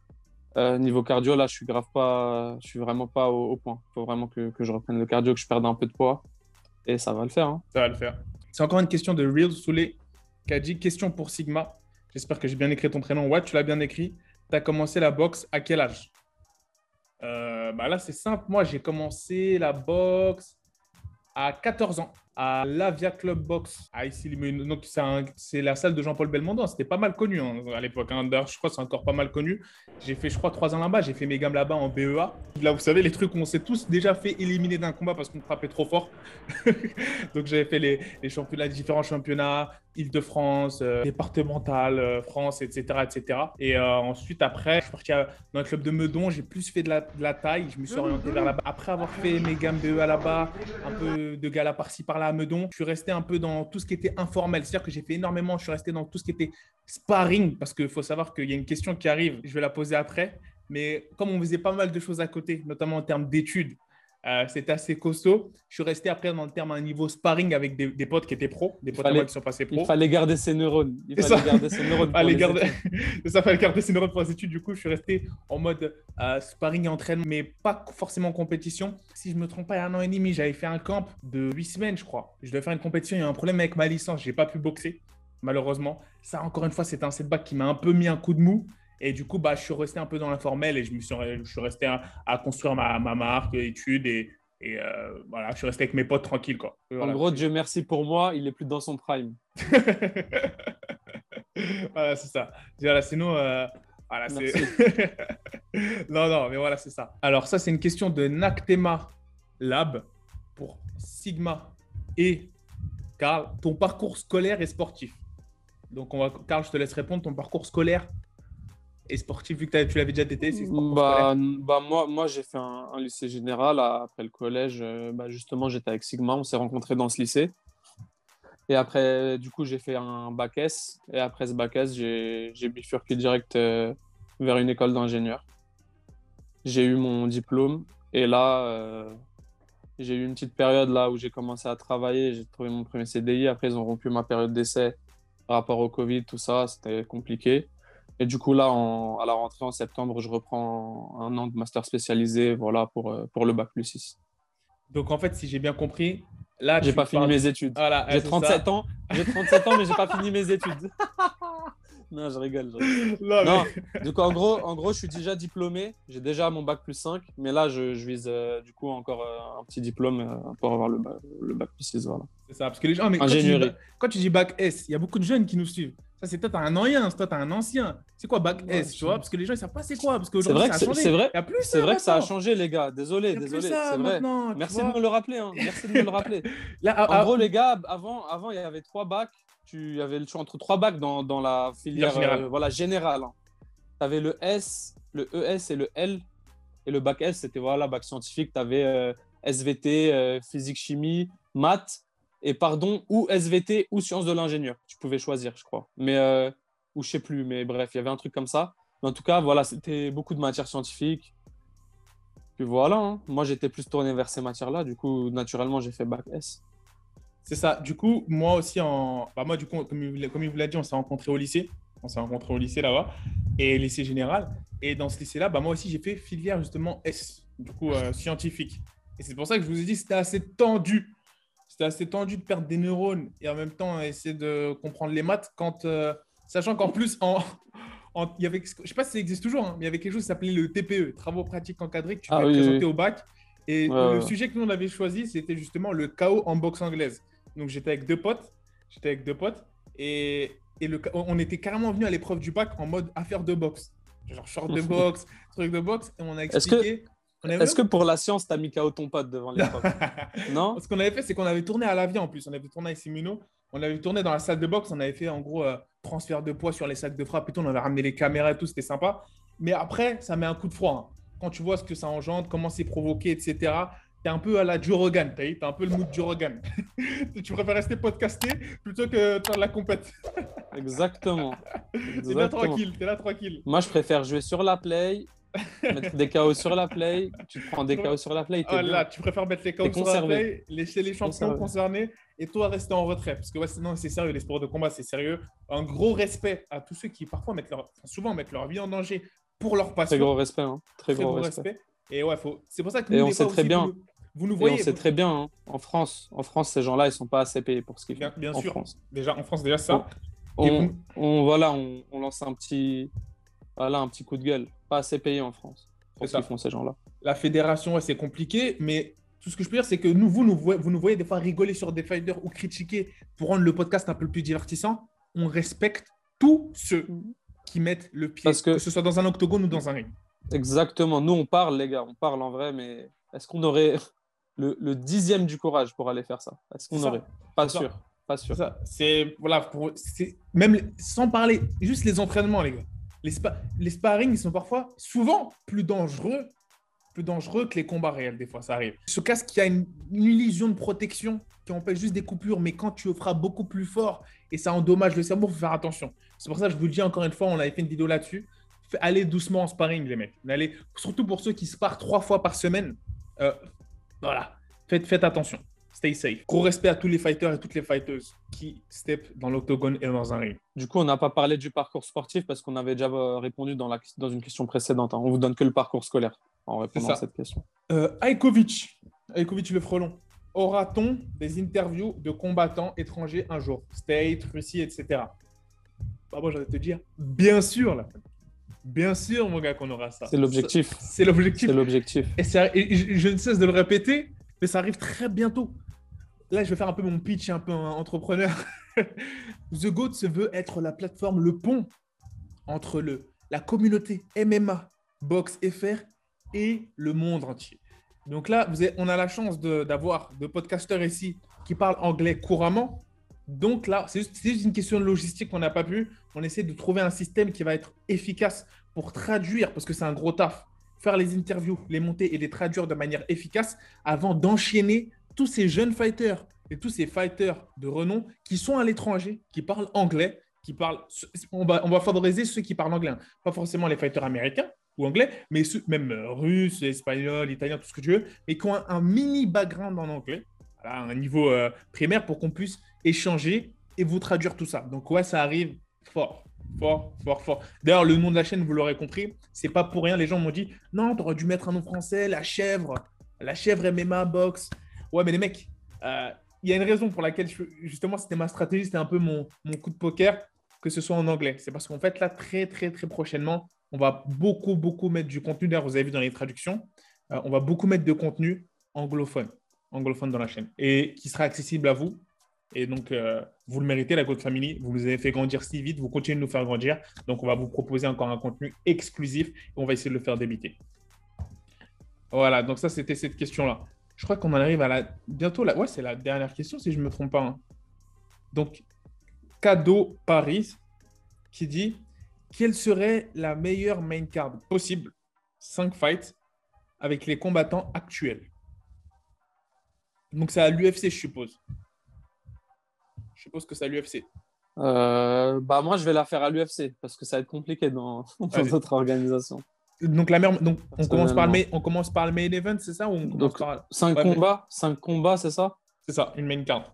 Euh, niveau cardio, là, je suis grave pas, je suis vraiment pas au, au point. Il faut vraiment que, que je reprenne le cardio, que je perde un peu de poids. Et ça va le faire, hein. Ça va le faire. C'est encore une question de Real Soulé qui a dit question pour Sigma. J'espère que j'ai bien écrit ton prénom. Ouais, tu l'as bien écrit. Tu as commencé la boxe à quel âge? Euh, bah là, c'est simple. Moi, j'ai commencé la boxe à quatorze ans à l'Avia Club Box à Issy-les-Moulineaux. Donc, c'est, un, c'est la salle de Jean-Paul Belmondo. C'était pas mal connu hein, à l'époque. Hein. D'ailleurs, je crois que c'est encore pas mal connu. J'ai fait, je crois, trois ans là-bas. J'ai fait mes gammes là-bas en B E A. Là, vous savez, les trucs où on s'est tous déjà fait éliminer d'un combat parce qu'on frappait trop fort. Donc, j'avais fait les, les championnats, les différents championnats, Île-de-France, euh, départemental, euh, France, et cetera, et cetera. Et euh, ensuite, après, je suis parti à, dans le club de Meudon. J'ai plus fait de la, de la taille. Je me suis orienté vers là-bas. Après avoir fait mes gammes B E A là-bas, un peu de gala par-ci par-là à Meudon, je suis resté un peu dans tout ce qui était informel. C'est-à-dire que j'ai fait énormément. Je suis resté dans tout ce qui était sparring parce qu'il faut savoir qu'il y a une question qui arrive. Je vais la poser après. Mais comme on faisait pas mal de choses à côté, notamment en termes d'études, Euh, c'était assez costaud. Je suis resté après dans le terme à un niveau sparring avec des, des potes qui étaient pros, des Il potes à moi fallait, qui sont passés il pros. fallait garder ses neurones. Il Et fallait ça, garder ses neurones pour fallait les garder... études. ça fallait garder ses neurones pour les études. Du coup, je suis resté en mode euh, sparring et entraînement, mais pas forcément en compétition. Si je me trompe pas, il y a un an et demi, j'avais fait un camp de huit semaines, je crois. Je devais faire une compétition. Il y a eu un problème avec ma licence. Je n'ai pas pu boxer, malheureusement. Ça, encore une fois, c'est un setback qui m'a un peu mis un coup de mou. Et du coup, bah, je suis resté un peu dans l'informel et je, me suis, je suis resté à, à construire ma, ma marque, études et Et euh, voilà, je suis resté avec mes potes tranquilles, quoi. En Voilà, gros, c'est... Dieu merci pour moi, il est plus dans son prime. voilà, c'est ça. Voilà, sinon, euh, voilà, c'est... Merci. non, non, mais voilà, c'est ça. Alors, ça, c'est une question de Nactema Lab pour Sigma et Karl. Ton parcours scolaire et sportif. Donc, on va... Karl, je te laisse répondre. Ton parcours scolaire et sportif, vu que tu l'avais déjà tété, c'est parcours scolaire. Bah, bah moi, moi j'ai fait un, un lycée général. Après le collège, euh, bah, justement, j'étais avec Sigma. On s'est rencontrés dans ce lycée. Et après, du coup, j'ai fait un bac S. Et après ce bac S, j'ai, j'ai bifurqué direct euh, vers une école d'ingénieur. J'ai eu mon diplôme. Et là, euh, j'ai eu une petite période là où j'ai commencé à travailler. J'ai trouvé mon premier C D I. Après, ils ont rompu ma période d'essai par rapport au Covid, tout ça. C'était compliqué. Et du coup, là, en- à la rentrée en septembre, je reprends un an de master spécialisé, voilà, pour, euh, pour le bac plus six. Donc, en fait, si j'ai bien compris, là, J'ai tu pas fini pars du… mes études. Voilà, ouais, J'ai c'est trente-sept ça. ans, j'ai trente-sept ans, mais j'ai pas fini mes études. Non, je rigole, je rigole. Non, mais… Non, du coup, en gros, en gros, je suis déjà diplômé. J'ai déjà mon bac plus cinq, mais là, je, je vise euh, du coup encore euh, un petit diplôme euh, pour avoir le, ba- le bac plus six, voilà. C'est ça, parce que les gens, mais quand tu dis, ba- Ingénierie. quand tu dis bac S, il y a beaucoup de jeunes qui nous suivent. Ça, c'est peut-être un ancien, c'est peut-être un ancien. C'est quoi bac Ouais, S, tu je- vois? Parce que les gens, ils savent pas c'est quoi, parce C'est qu'aujourd'hui, vrai ça que a c'est changé. c'est vrai, Il n'y a plus c'est ça vrai que ça a maintenant. changé, les gars. Il Désolé, n'y a plus désolé, ça c'est vrai. maintenant, tu Merci de vois? me le rappeler, hein. Merci de me le rappeler. Là, En à- à- gros, les gars, avant, avant, il y avait trois bacs. Tu y avais le choix entre trois bacs dans, dans la filière filière générale. euh, voilà, générale. Tu avais le S, le E S et le L. Et le bac S, c'était voilà, bac scientifique. Tu avais S V T, euh, physique, chimie, maths, et pardon, ou S V T ou sciences de l'ingénieur. Tu pouvais choisir, je crois. Mais, euh, ou je sais plus, mais bref, il y avait un truc comme ça. Mais en tout cas, voilà, c'était beaucoup de matières scientifiques. Puis voilà, hein. Moi, j'étais plus tourné vers ces matières-là. Du coup, naturellement, j'ai fait bac S. C'est ça. Du coup, moi aussi, en… bah, moi, du coup, comme il, comme il vous l'a dit, on s'est rencontrés au lycée. On s'est rencontrés au lycée là-bas, et lycée général. Et dans ce lycée-là, bah, moi aussi, j'ai fait filière justement S, du coup, euh, scientifique. Et c'est pour ça que je vous ai dit que c'était assez tendu. C'était assez tendu de perdre des neurones et en même temps essayer de comprendre les maths quand, euh, sachant qu'en plus, en, en- il y avait, je ne sais pas si ça existe toujours, hein, mais il y avait quelque chose qui s'appelait le T P E, Travaux pratiques encadrés, que tu Ah devais oui, oui, présenter oui. au bac. Et Ouais, le ouais, ouais. sujet que nous, on avait choisi, c'était justement le chaos en boxe anglaise. Donc, j'étais avec deux potes. J'étais avec deux potes. Et, et le, on était carrément venu à l'épreuve du bac en mode affaire de boxe. Genre short de boxe, truc de boxe. Et on a Est-ce que, expliqué. On avait est-ce même… que pour la science, t'as mis K O ton pote devant l'épreuve? Non? Ce qu'on avait fait, c'est qu'on avait tourné à l'avion en plus. On avait tourné avec Simino. On avait tourné dans la salle de boxe. On avait fait en gros euh, transfert de poids sur les sacs de frappe et tout. On avait ramené les caméras et tout. C'était sympa. Mais après, ça met un coup de froid, hein. Quand tu vois ce que ça engendre, comment c'est provoqué, et cetera. T'es un peu à la Joe Rogan. T'as un peu le mood Joe Rogan. Tu préfères rester podcasté plutôt que de faire de la compète. Exactement. T'es bien Exactement. tranquille. T'es là tranquille. Moi, je préfère jouer sur la play, mettre des K O sur la play. Tu te prends Tu des préfères… K O sur la play, t'es Ah là, bien. tu préfères mettre les T'es K O sur la conservé. play, laisser les champions Conservé. concernés et toi rester en retrait. Parce que ouais, sinon, c'est sérieux, les sports de combat, c'est sérieux. Un gros respect à tous ceux qui parfois mettent leur, enfin, souvent mettent leur vie en danger pour leur Très passion. gros respect, hein. Très, Très gros gros respect. respect. Et ouais, faut… c'est pour ça que Et nous, on des sait fois très aussi, vous bien. nous, vous nous Et on voyez. sait vous… très bien, hein, en France, en France, ces gens-là, ils sont pas assez payés pour ce qu'ils font. Bien, bien En sûr. France. Déjà, en France, déjà On, ça. Et on, vous… on- voilà, on, on lance un petit, voilà, un petit coup de gueule. Pas assez payé en France pour C'est ce qu'ils ça. font ces gens-là. La fédération, ouais, c'est compliqué, mais tout ce que je peux dire, c'est que nous, vous nous, voyez, vous nous voyez des fois rigoler sur des fighters ou critiquer pour rendre le podcast un peu plus divertissant. On respecte tous ceux qui mettent le pied, Parce que que ce soit dans un octogone ou dans un ring. exactement, nous on parle, les gars, on parle en vrai, mais est-ce qu'on aurait le, le dixième du courage pour aller faire ça? Est-ce C'est qu'on aurait? ça. Pas C'est ça. sûr, pas C'est sûr. ça. C'est voilà, pour, c'est même les- sans parler, juste les entraînements, les gars. Les, spa- les sparring, ils sont parfois, souvent, plus dangereux, plus dangereux que les combats réels. Des fois, ça arrive. Ce casque qui a une, une illusion de protection qui empêche juste des coupures, mais quand tu frappes beaucoup plus fort et ça endommage le cerveau, il faut faire attention. C'est pour ça que je vous le dis encore une fois, on avait fait une vidéo là-dessus. Fait- Allez doucement en sparring, les mecs. Allez, surtout pour ceux qui sparent trois fois par semaine. Euh, voilà, faites, faites attention. Stay safe. Gros respect à tous les fighters et toutes les fighteuses qui step dans l'octogone et dans un ring. Du coup, on n'a pas parlé du parcours sportif parce qu'on avait déjà euh, répondu dans, la, dans une question précédente, hein. On vous donne que le parcours scolaire en répondant ça. à cette question. Euh, Ajkovic, Ajkovic le frelon. Aura-t-on des interviews de combattants étrangers un jour? State, Russie, et cetera. Bah, moi, j'allais te dire, bien sûr, là. Bien sûr, mon gars, qu'on aura ça. C'est l'objectif. Ça- C'est l'objectif. C'est l'objectif. Et, ça- et je, je ne cesse de le répéter, mais ça arrive très bientôt. Là, je vais faire un peu mon pitch, un peu un entrepreneur. The GOAT se veut être la plateforme, le pont entre le, la communauté M M A, boxe F R et le monde entier. Donc là, vous avez- on a la chance de- d'avoir de, podcasteurs ici qui parlent anglais couramment. Donc là, c'est juste, c'est juste une question de logistique qu'on n'a pas pu. On essaie de trouver un système qui va être efficace pour traduire, parce que c'est un gros taf, faire les interviews, les monter et les traduire de manière efficace avant d'enchaîner tous ces jeunes fighters et tous ces fighters de renom qui sont à l'étranger, qui parlent anglais, qui parlent. On va, on va favoriser ceux qui parlent anglais, hein. Pas forcément les fighters américains ou anglais, mais ceux, même euh, russes, espagnols, italiens, tout ce que tu veux, mais qui ont un, un mini background en anglais, à un niveau euh, primaire pour qu'on puisse échanger et vous traduire tout ça. Donc, ouais, ça arrive fort. Fort, fort, fort. D'ailleurs, le nom de la chaîne, vous l'aurez compris, c'est pas pour rien. Les gens m'ont dit non, tu aurais dû mettre un nom français, la chèvre, la chèvre M M A box. Ouais, mais les mecs, euh, il y a une raison pour laquelle je- justement c'était ma stratégie, c'était un peu mon, mon coup de poker, que ce soit en anglais. C'est parce qu'en fait, là, très, très, très prochainement, on va beaucoup, beaucoup mettre du contenu. D'ailleurs, vous avez vu dans les traductions, euh, on va beaucoup mettre de contenu anglophone, anglophone dans la chaîne et qui sera accessible à vous. Et donc, euh, vous le méritez, la Goat Family. Vous nous avez fait grandir si vite. Vous continuez de nous faire grandir. Donc, on va vous proposer encore un contenu exclusif et on va essayer de le faire débiter. Voilà. Donc, ça, c'était cette question-là. Je crois qu'on en arrive à la. Bientôt, là. Ouais, c'est la dernière question, si je ne me trompe pas, hein. Donc, Cadeau Paris qui dit quelle serait la meilleure main card possible, cinq fights, avec les combattants actuels. Donc, c'est à l'U F C, je suppose. Je suppose que c'est à l'U F C. Euh, bah moi, je vais la faire à l'U F C parce que ça va être compliqué dans, dans Vas-y. d'autres organisations. Donc, la mer- donc on, commence par le Personnellement. main... on commence par le main event, c'est ça ou on commence Donc, par... cinq Ouais, mais- combats, cinq combats, c'est ça? C'est ça, une main card.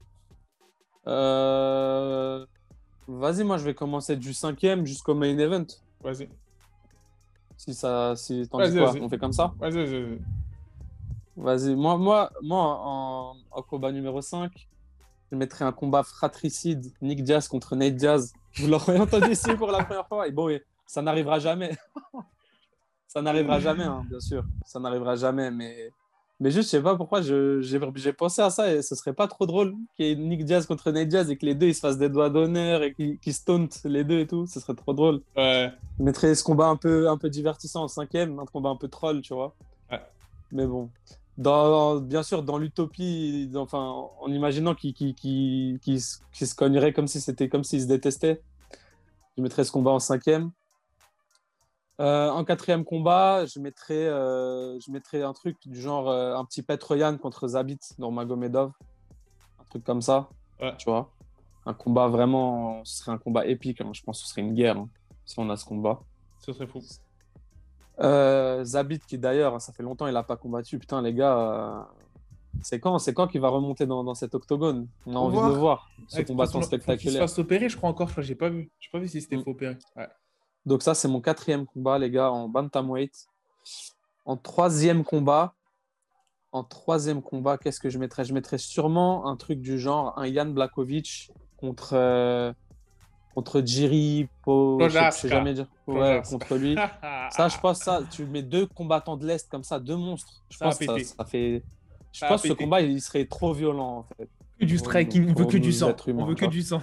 Euh, Vas-y, moi, je vais commencer du cinquième jusqu'au main event. Vas-y. Si ça, si t'en dis Vas-y, quoi, vas-y. on fait comme ça? Vas-y, vas-y, vas-y. Vas-y, moi, moi, moi en, en combat numéro cinq, je mettrais un combat fratricide, Nick Diaz contre Nate Diaz. Vous l'aurez entendu ici pour la première fois. Et bon, et ça n'arrivera jamais. Ça n'arrivera jamais, hein, bien sûr. Ça n'arrivera jamais. Mais, mais juste, je sais pas pourquoi je- j'ai j'ai pensé à ça et ce serait pas trop drôle qu'il y ait Nick Diaz contre Nate Diaz et que les deux ils se fassent des doigts d'honneur et qu'ils qu'ils se tauntent les deux et tout. Ce serait trop drôle. Ouais. Je mettrais ce combat un peu, un peu divertissant en cinquième, un combat un peu troll, tu vois. Ouais. Mais bon. Dans, bien sûr, dans l'utopie, dans- enfin, en imaginant qu'ils qu'ils- qu'ils- qu'ils se qu'ils se cogneraient comme si c'était comme s'ils se détestaient, je mettrais ce combat en cinquième. Euh, en quatrième combat, je mettrais, euh, je mettrais un truc du genre euh, un petit Petroyan contre Zabit dans Magomedov. Un truc comme ça, Ouais. tu vois. Un combat vraiment, ce serait un combat épique, hein. Je pense que ce serait une guerre, hein, si on a ce combat. Ce serait fou. Euh, Zabit, qui d'ailleurs, ça fait longtemps qu'il n'a pas combattu. Putain, les gars, euh, c'est quand, c'est quand qu'il va remonter dans, dans cet octogone? On a Faut envie voir. de le voir, ce Ouais, de toute combattant façon, faut qu'il se spectaculaire. fasse opérer, je crois encore. Je crois que j'ai pas vu. J'ai pas vu si c'était Mm. faux opéré. Ouais. Donc ça, c'est mon quatrième combat, les gars, en bantamweight. En troisième combat, en troisième combat, qu'est-ce que je mettrais? Je mettrais sûrement un truc du genre un Jan Blachowicz contre, euh, contre Jiri Po, je sais- je sais Prochaska. jamais dire. Ouais, Prochaska. contre lui. Ça, je pense, ça, tu mets deux combattants de l'Est comme ça, deux monstres. Je Ça va pense que ça, péter. ça fait. Je Ça va pense que ce péter. combat, il serait trop violent, en fait. Que du Pour nous, striking, on veut pour que du nous, sang. êtres humains, On veut tu que vois. du sang.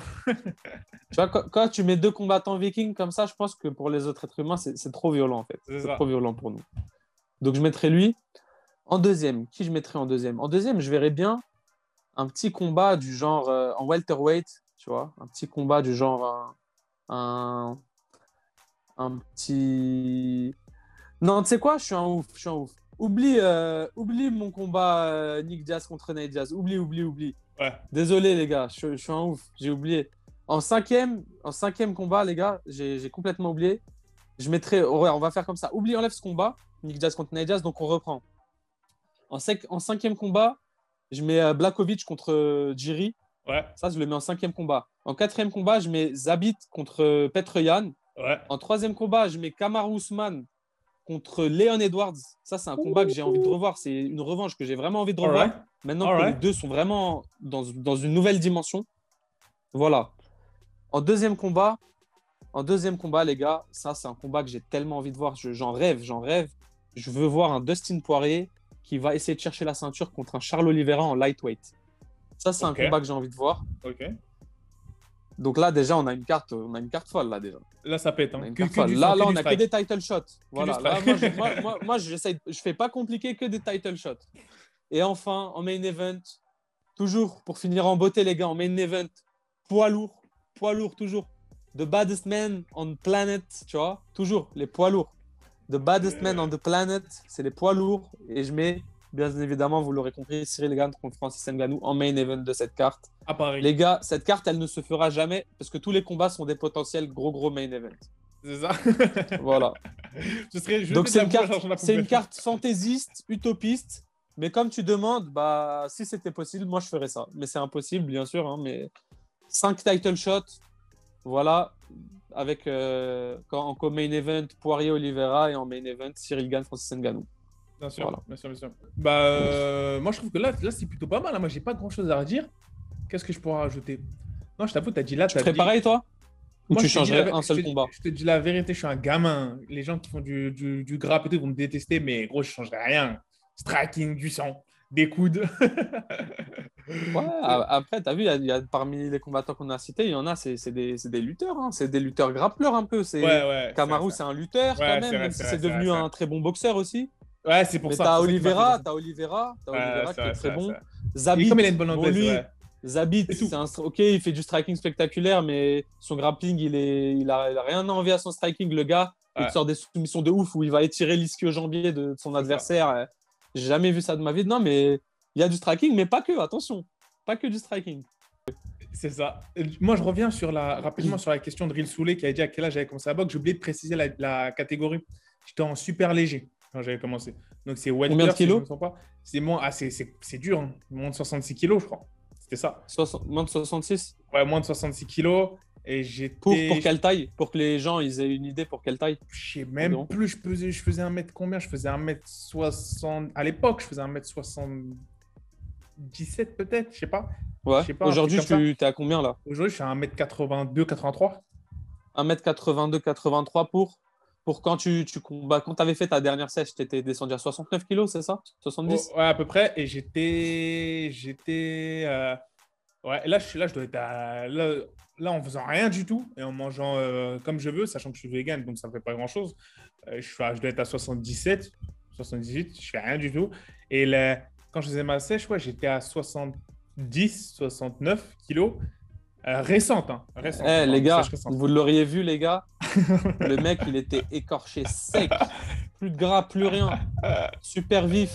Tu vois, quand, quand tu mets deux combattants vikings comme ça, je pense que pour les autres êtres humains, c'est c'est trop violent, en fait. C'est C'est ça. trop violent pour nous. Donc, je mettrais lui. En deuxième, qui je mettrais en deuxième? En deuxième, je verrais bien un petit combat du genre euh, en welterweight, tu vois, un petit combat du genre euh, un, un petit. Non, tu sais quoi? Je suis un ouf, je suis un ouf. Oublie, euh, oublie mon combat euh, Nick Diaz contre Nate Diaz. Oublie, oublie, oublie. Ouais. Désolé les gars, je, je suis un ouf, j'ai oublié. En cinquième, en cinquième combat, les gars, j'ai j'ai complètement oublié. Je mettrais, ouais, on va faire comme ça. Oublie, enlève ce combat, Nick Diaz contre Nate Diaz, donc on reprend. En, sec- en cinquième combat, je mets euh, Blachowicz contre euh, Jiri. Ouais. Ça, je le mets en cinquième combat. En quatrième combat, je mets Zabit contre euh, Petroyan. Ouais. En troisième combat, je mets Kamaru Usman contre Leon Edwards. Ça, c'est un combat que j'ai envie de revoir. C'est une revanche que j'ai vraiment envie de revoir. Alright. Maintenant All que right. les deux sont vraiment dans, dans une nouvelle dimension. Voilà. En deuxième combat, en deuxième combat, les gars, ça, c'est un combat que j'ai tellement envie de voir. Je- j'en rêve, j'en rêve. Je veux voir un Dustin Poirier qui va essayer de chercher la ceinture contre un Charles Oliveira en lightweight. Ça, c'est Ok. un combat que j'ai envie de voir. Ok. Donc là, déjà, on a une carte, on a une carte folle, là, déjà. Là, ça pète. On Hein. a une Que, carte que folle. du Là, sang, là, que on du a que strike. des title shots. Voilà. du Là, strike. moi, je, moi, moi, moi, j'essaye, je fais pas compliqué, que des title shots. Et enfin, en main event, toujours pour finir en beauté, les gars, en main event, poids lourd, poids lourd, toujours. The baddest man on planet, tu vois, toujours les poids lourds. The baddest man on the planet, c'est les poids lourds. Et je mets bien évidemment, vous l'aurez compris, Cyril Gane contre Francis Ngannou en main event de cette carte. À Paris. Les gars, cette carte, elle ne se fera jamais parce que tous les combats sont des potentiels gros gros main event. C'est ça. Voilà. Je serais, je Donc c'est une, carte, la c'est une carte fantaisiste, utopiste. Mais comme tu demandes, bah, si c'était possible, moi je ferais ça. Mais c'est impossible, bien sûr. Hein, mais cinq title shots, voilà, avec euh, en co-main event Poirier Oliveira et en main event Cyril Gane Francis Ngannou. Bien sûr, voilà. bien sûr, bien sûr. Bah, euh, moi je trouve que là, là c'est plutôt pas mal. Hein. Moi j'ai pas grand chose à redire. Qu'est-ce que je pourrais rajouter? Non, je t'avoue, t'as dit là. Tu ferais dit... pareil, toi? Ou moi, tu changerais un seul je te, combat? Je te dis la vérité, je suis un gamin. Les gens qui font du, du, du grappe et tout vont me détester, mais gros, je changerais rien. Striking, du sang, des coudes. Ouais, après, tu as vu, il y a, il y a, parmi les combattants qu'on a cités, il y en a, c'est, c'est, des, c'est des lutteurs. Hein. C'est des lutteurs grappleurs un peu. C'est... Ouais, ouais, Kamaru, c'est, c'est un lutteur ouais, quand même, vrai, même si vrai, c'est, c'est devenu vrai, un très bon boxeur aussi. Ouais, c'est pour mais ça. T'as c'est Oliveira, t'as Oliveira, t'as ouais, Oliveira qui vrai, est très vrai, bon. vrai. Zabit, comme il a une bonne anglaise, bon, lui, ouais. Zabit, c'est un, ok, il fait du striking spectaculaire, mais son grappling, il, est, il, a, il a rien à envier à son striking. Le gars, ouais. il te sort des soumissions de ouf où il va étirer l'ischio-jambier de, de son c'est adversaire. Ça. J'ai jamais vu ça de ma vie. Non, mais il y a du striking, mais pas que, attention. Pas que du striking. C'est ça. Moi, je reviens sur la, rapidement sur la question de Ril Souley qui a dit à quel âge j'avais commencé à boxe. J'ai oublié de préciser la, la catégorie. J'étais en super léger quand j'avais commencé. Donc, c'est welter. Combien de kilos si je me pas. C'est, moins... ah, c'est, c'est, c'est dur. Hein. Moins de soixante-six kilos, je crois. C'était ça. soixante moins de soixante-six Ouais, moins de soixante-six kilos. Et j'étais... Pour, pour quelle taille? Pour que les gens ils aient une idée pour quelle taille? Je sais même non. plus. Je faisais, je faisais un mètre combien? Je faisais un mètre soixante. À l'époque, je faisais un mètre soixante-dix-sept peut-être. Je sais pas. Ouais. Pas, aujourd'hui, tu es à combien là? Aujourd'hui, je suis à un mètre quatre-vingt-deux quatre-vingt-trois. un mètre quatre-vingt-deux quatre-vingt-trois pour, pour quand tu, tu bah, quand avais fait ta dernière sèche, tu étais descendu à soixante-neuf kilos, c'est ça? soixante-dix? Oh, ouais, à peu près. Et j'étais. J'étais. Euh... Ouais, là je, là, je dois être à. Là, là, en faisant rien du tout et en mangeant euh, comme je veux, sachant que je suis vegan, donc ça ne fait pas grand chose. Euh, je, suis à... je dois être à soixante-dix-sept, soixante-dix-huit, je fais rien du tout. Et là, quand je faisais ma sèche, ouais, j'étais à soixante-dix, soixante-neuf kilos. Euh, récente, hein. Récente. Hey, les gars, vous l'auriez vu, les gars. Le mec, il était écorché sec. Plus de gras, plus rien. Super vif.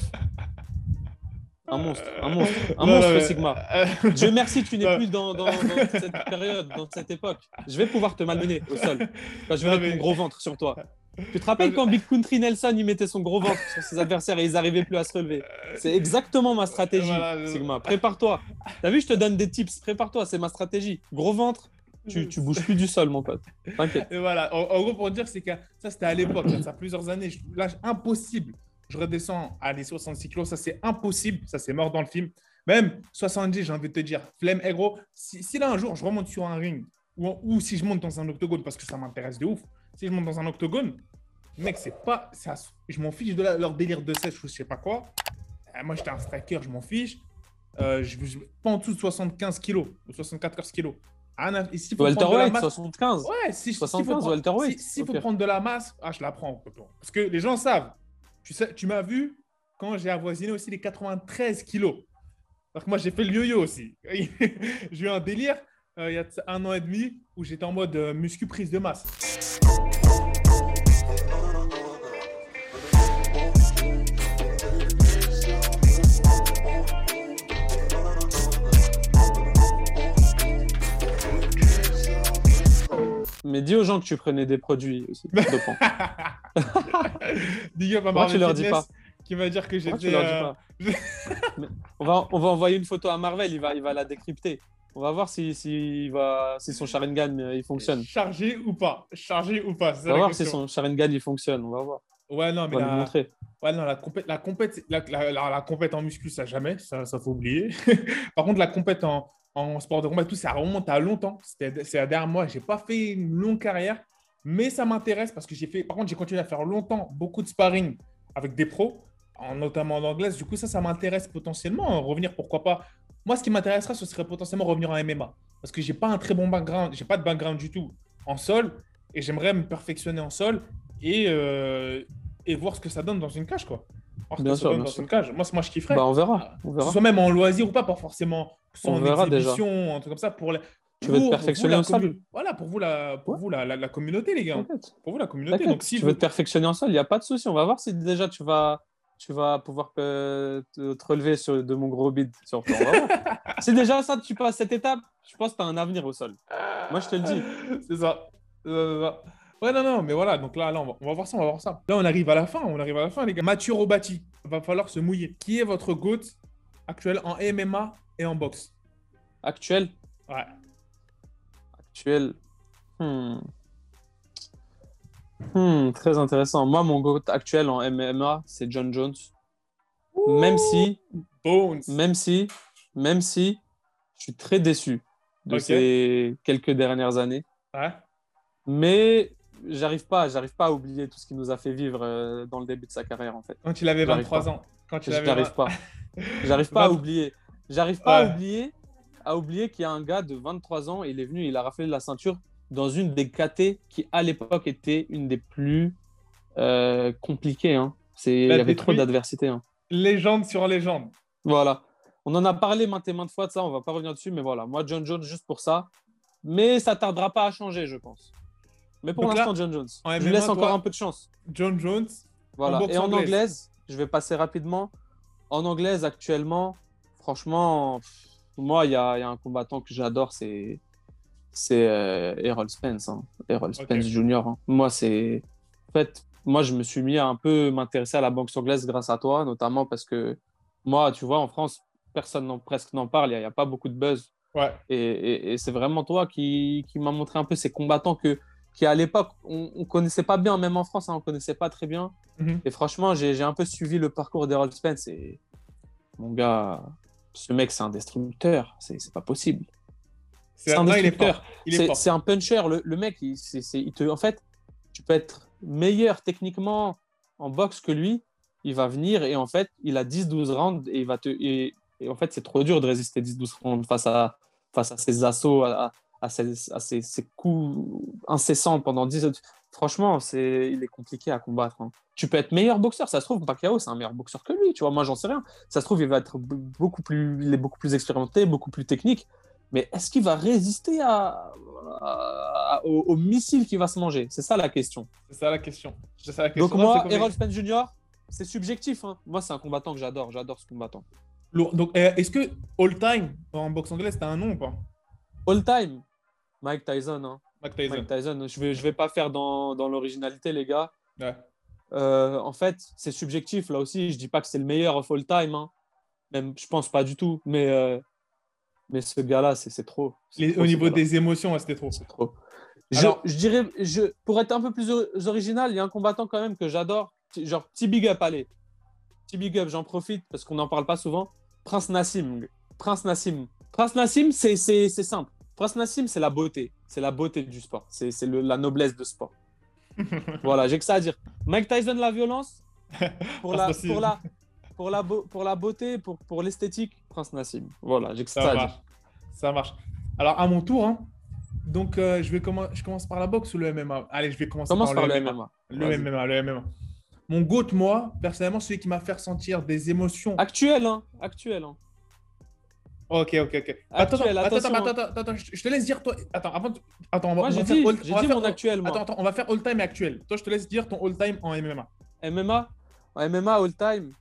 Un monstre, un monstre, un non, monstre, non, Sigma. Mais... Dieu merci, tu n'es non. plus dans, dans, dans cette période, dans cette époque. Je vais pouvoir te malmener au sol. Quand je vais non, mettre mais... mon gros ventre sur toi. Tu te rappelles quand Big Country Nelson, il mettait son gros ventre sur ses adversaires et ils n'arrivaient plus à se relever? C'est exactement ma stratégie, voilà, Sigma. Prépare-toi. T'as vu, je te donne des tips. Prépare-toi, c'est ma stratégie. Gros ventre, tu, tu bouges plus du sol, mon pote. T'inquiète. Et voilà, en, en gros, pour dire, c'est que ça, c'était à l'époque. Ça a plusieurs années. Là, impossible. Je redescends à les soixante-six kilos, ça c'est impossible, ça c'est mort dans le film. Même soixante-dix, j'ai envie de te dire, flemme, eh gros, si, si là un jour je remonte sur un ring ou, ou si je monte dans un octogone, parce que ça m'intéresse de ouf, si je monte dans un octogone, mec, c'est pas, ça, je m'en fiche de la, leur délire de sèche ou je sais pas quoi. Euh, moi j'étais un striker, je m'en fiche. Euh, je, je, pas en dessous de soixante-quinze kilos ou soixante-quatorze kilos. Ah, si welterweight, soixante-quinze. Ouais, si, soixante-quinze, welterweight. S'il faut prendre de la masse, ah, je la prends. Parce que les gens savent. Tu, sais, tu m'as vu quand j'ai avoisiné aussi les quatre-vingt-treize kilos. Parce que moi, j'ai fait le yo-yo aussi. J'ai eu un délire euh, il y a un an et demi où j'étais en mode euh, muscu prise de masse. Mais dis aux gens que tu prenais des produits aussi. Dis à Pourquoi tu leur dis pas? Qui va dire que j'étais. Tu leur dis pas on, va, on va envoyer une photo à Marvel, il va, il va la décrypter. On va voir si, si, il va, si son Sharingan il fonctionne. Chargé ou pas? Chargé ou pas? On va voir question. si son Sharingan il fonctionne. On va voir. Ouais, non, mais on va la... lui montrer. Ouais, non, la compète, la compète, la, la, la, la compète en muscu, ça jamais, ça, ça faut oublier. Par contre, la compète en, en sport de combat, tout ça remonte à longtemps. C'était, c'est derrière moi. J'ai pas fait une longue carrière, mais ça m'intéresse parce que j'ai fait. Par contre, j'ai continué à faire longtemps beaucoup de sparring avec des pros, en, notamment en anglaise. Du coup, ça, ça m'intéresse potentiellement. Revenir, pourquoi pas. Moi, ce qui m'intéresserait, ce serait potentiellement revenir en M M A parce que j'ai pas un très bon background. J'ai pas de background du tout en sol et j'aimerais me perfectionner en sol et euh, et voir ce que ça donne dans une cage, quoi. Voir bien sûr, bien dans sûr. une cage. Moi, moi, je kifferais. Bah, on verra. On verra. Que ce soit même en loisir ou pas, pas forcément. On en verra exhibition, déjà. Un truc comme ça. Pour les... Tu pour veux vous, te perfectionner en sol commun... Voilà, pour vous, la, pour ouais. vous la, la, la communauté, les gars. T'inquiète. Pour vous, la communauté. Donc, si tu vous... veux te perfectionner en sol, il n'y a pas de souci. On va voir si déjà tu vas, tu vas pouvoir euh, te, te relever sur, de mon gros bide sur toi. On va voir. Si déjà ça, tu passes cette étape, je pense que tu as un avenir au sol. Moi, je te le dis. C'est ça. C'est ça, c'est ça. Ouais, non, non, mais voilà. Donc là, là on, va, on va voir ça, on va voir ça. Là, on arrive à la fin. On arrive à la fin, les gars. Mathieu Robati, va falloir se mouiller. Qui est votre GOAT actuel en M M A et en boxe? Actuel. Ouais. Actuel. Hmm. Hmm, très intéressant. Moi, mon GOAT actuel en M M A, c'est John Jones. Ouh, Même si, Bones. même si, même si, je suis très déçu de Ok. ces quelques dernières années. Ouais. Mais j'arrive pas, j'arrive pas à oublier tout ce qu'il nous a fait vivre euh, dans le début de sa carrière, en fait. Quand il avait J'arrive vingt-trois pas. ans. Quand il avait J'arrive vingt... pas. J'arrive pas à vingt... oublier. J'arrive pas à Ouais. oublier, à oublier qu'il y a un gars de vingt-trois ans, il est venu, il a raflé la ceinture dans une des K T qui, à l'époque, était une des plus euh, compliquées. Hein. C'est, il Il y a avait trop détruit d'adversité. Hein. légende sur légende. Voilà. On en a parlé maintes et maintes fois de ça, on va pas revenir dessus, mais voilà. Moi, John Jones, juste pour ça. Mais ça tardera pas à changer, je pense. Mais pour Donc l'instant, là, John Jones. en Je lui M M A, laisse encore toi, un peu de chance. John Jones, en Voilà. boxe Et en anglaise. anglaise, je vais passer rapidement. En anglaise, actuellement, franchement, pff, moi, il y a, il y a un combattant que j'adore, c'est c'est euh, Errol Spence. Hein. Errol Ok. Spence junior Hein. Moi, c'est. En fait, moi, je me suis mis à un peu m'intéresser à la boxe anglaise grâce à toi, notamment parce que moi, tu vois, en France, personne n'en, presque n'en parle, il n'y a, a pas beaucoup de buzz. Ouais. Et, et, et c'est vraiment toi qui, qui m'a montré un peu ces combattants que, qui, à l'époque, on ne connaissait pas bien, même en France, hein, on ne connaissait pas très bien. Mm-hmm. Et franchement, j'ai, j'ai un peu suivi le parcours d'Errol Spence. Et mon gars, ce mec, c'est un destructeur. C'est, c'est pas possible. C'est... C'est un Non, il est destructeur. fort. Il est C'est, fort. c'est un puncher. Le, le mec, il, c'est, c'est, il te, en fait, tu peux être meilleur techniquement en boxe que lui. Il va venir et en fait, il a dix douze rounds et il va te. Et, et en fait, c'est trop dur de résister dix douze rounds face à, face à ses assauts, à, à, ses, à ses, ses coups incessants pendant dix. Franchement, c'est, il est compliqué à combattre. Hein. Tu peux être meilleur boxeur, ça se trouve, Pacquiao, c'est un meilleur boxeur que lui. Tu vois, moi, j'en sais rien. Ça se trouve, il va être beaucoup plus, il est beaucoup plus expérimenté, beaucoup plus technique. Mais est-ce qu'il va résister à, à, à, au, au missile qu'il va se manger? C'est ça la question. C'est ça la question. C'est ça la question. Donc Non, moi, c'est Errol Spence junior, c'est subjectif. Hein. Moi, c'est un combattant que j'adore. J'adore ce combattant. Lourd. Donc, euh, est-ce que all time en boxe anglaise, t'as un nom ou pas? All time, Mike Tyson. Hein. Mike Tyson. Mike Tyson. Je vais, je vais pas faire dans, dans l'originalité, les gars. Ouais. Euh, en fait, c'est subjectif là aussi. Je dis pas que c'est le meilleur of all time. Hein. Même, je pense pas du tout. Mais, euh, mais ce gars-là, c'est, c'est trop. C'est Les, trop au ce niveau gars-là. des émotions, ouais, c'était trop. C'est trop. Je, Alors, je dirais, je, pour être un peu plus original, il y a un combattant quand même que j'adore. Genre, petit big up, allez. Petit big up, j'en profite parce qu'on n'en parle pas souvent. Prince Nassim. Prince Nassim. Prince Nassim, c'est, c'est, c'est simple. Prince Nassim, c'est la beauté. C'est la beauté du sport. C'est, c'est le, la noblesse de sport. Voilà, j'ai que ça à dire. Mike Tyson, la violence. Pour, la, pour, la, pour, la, beau, pour la beauté, pour, pour l'esthétique, Prince Nassim. Voilà, j'ai que ça, ça à marche. dire. Ça marche. Alors, à mon tour, hein. Donc, euh, je, vais commen- je commence par la boxe ou le M M A? Allez, je vais commencer Commence par, par le le M M A. M M A. Le Vas-y. M M A, le M M A. Mon GOAT, moi, personnellement, celui qui m'a fait ressentir des émotions. Actuel, hein. Actuel, hein. Ok, ok, ok. Attends, Actuel, attends, attends, attention. attends, attends, attends, je je te laisse dire toi. Attends, avant. de- Attends, on va, Moi, on j'ai va dit, faire all- j'ai on va dit faire mon all- actuel, moi. Attends, attends, on va faire all time et actuel. Toi, je te laisse dire ton all time en M M A. M M A, en M M A all time,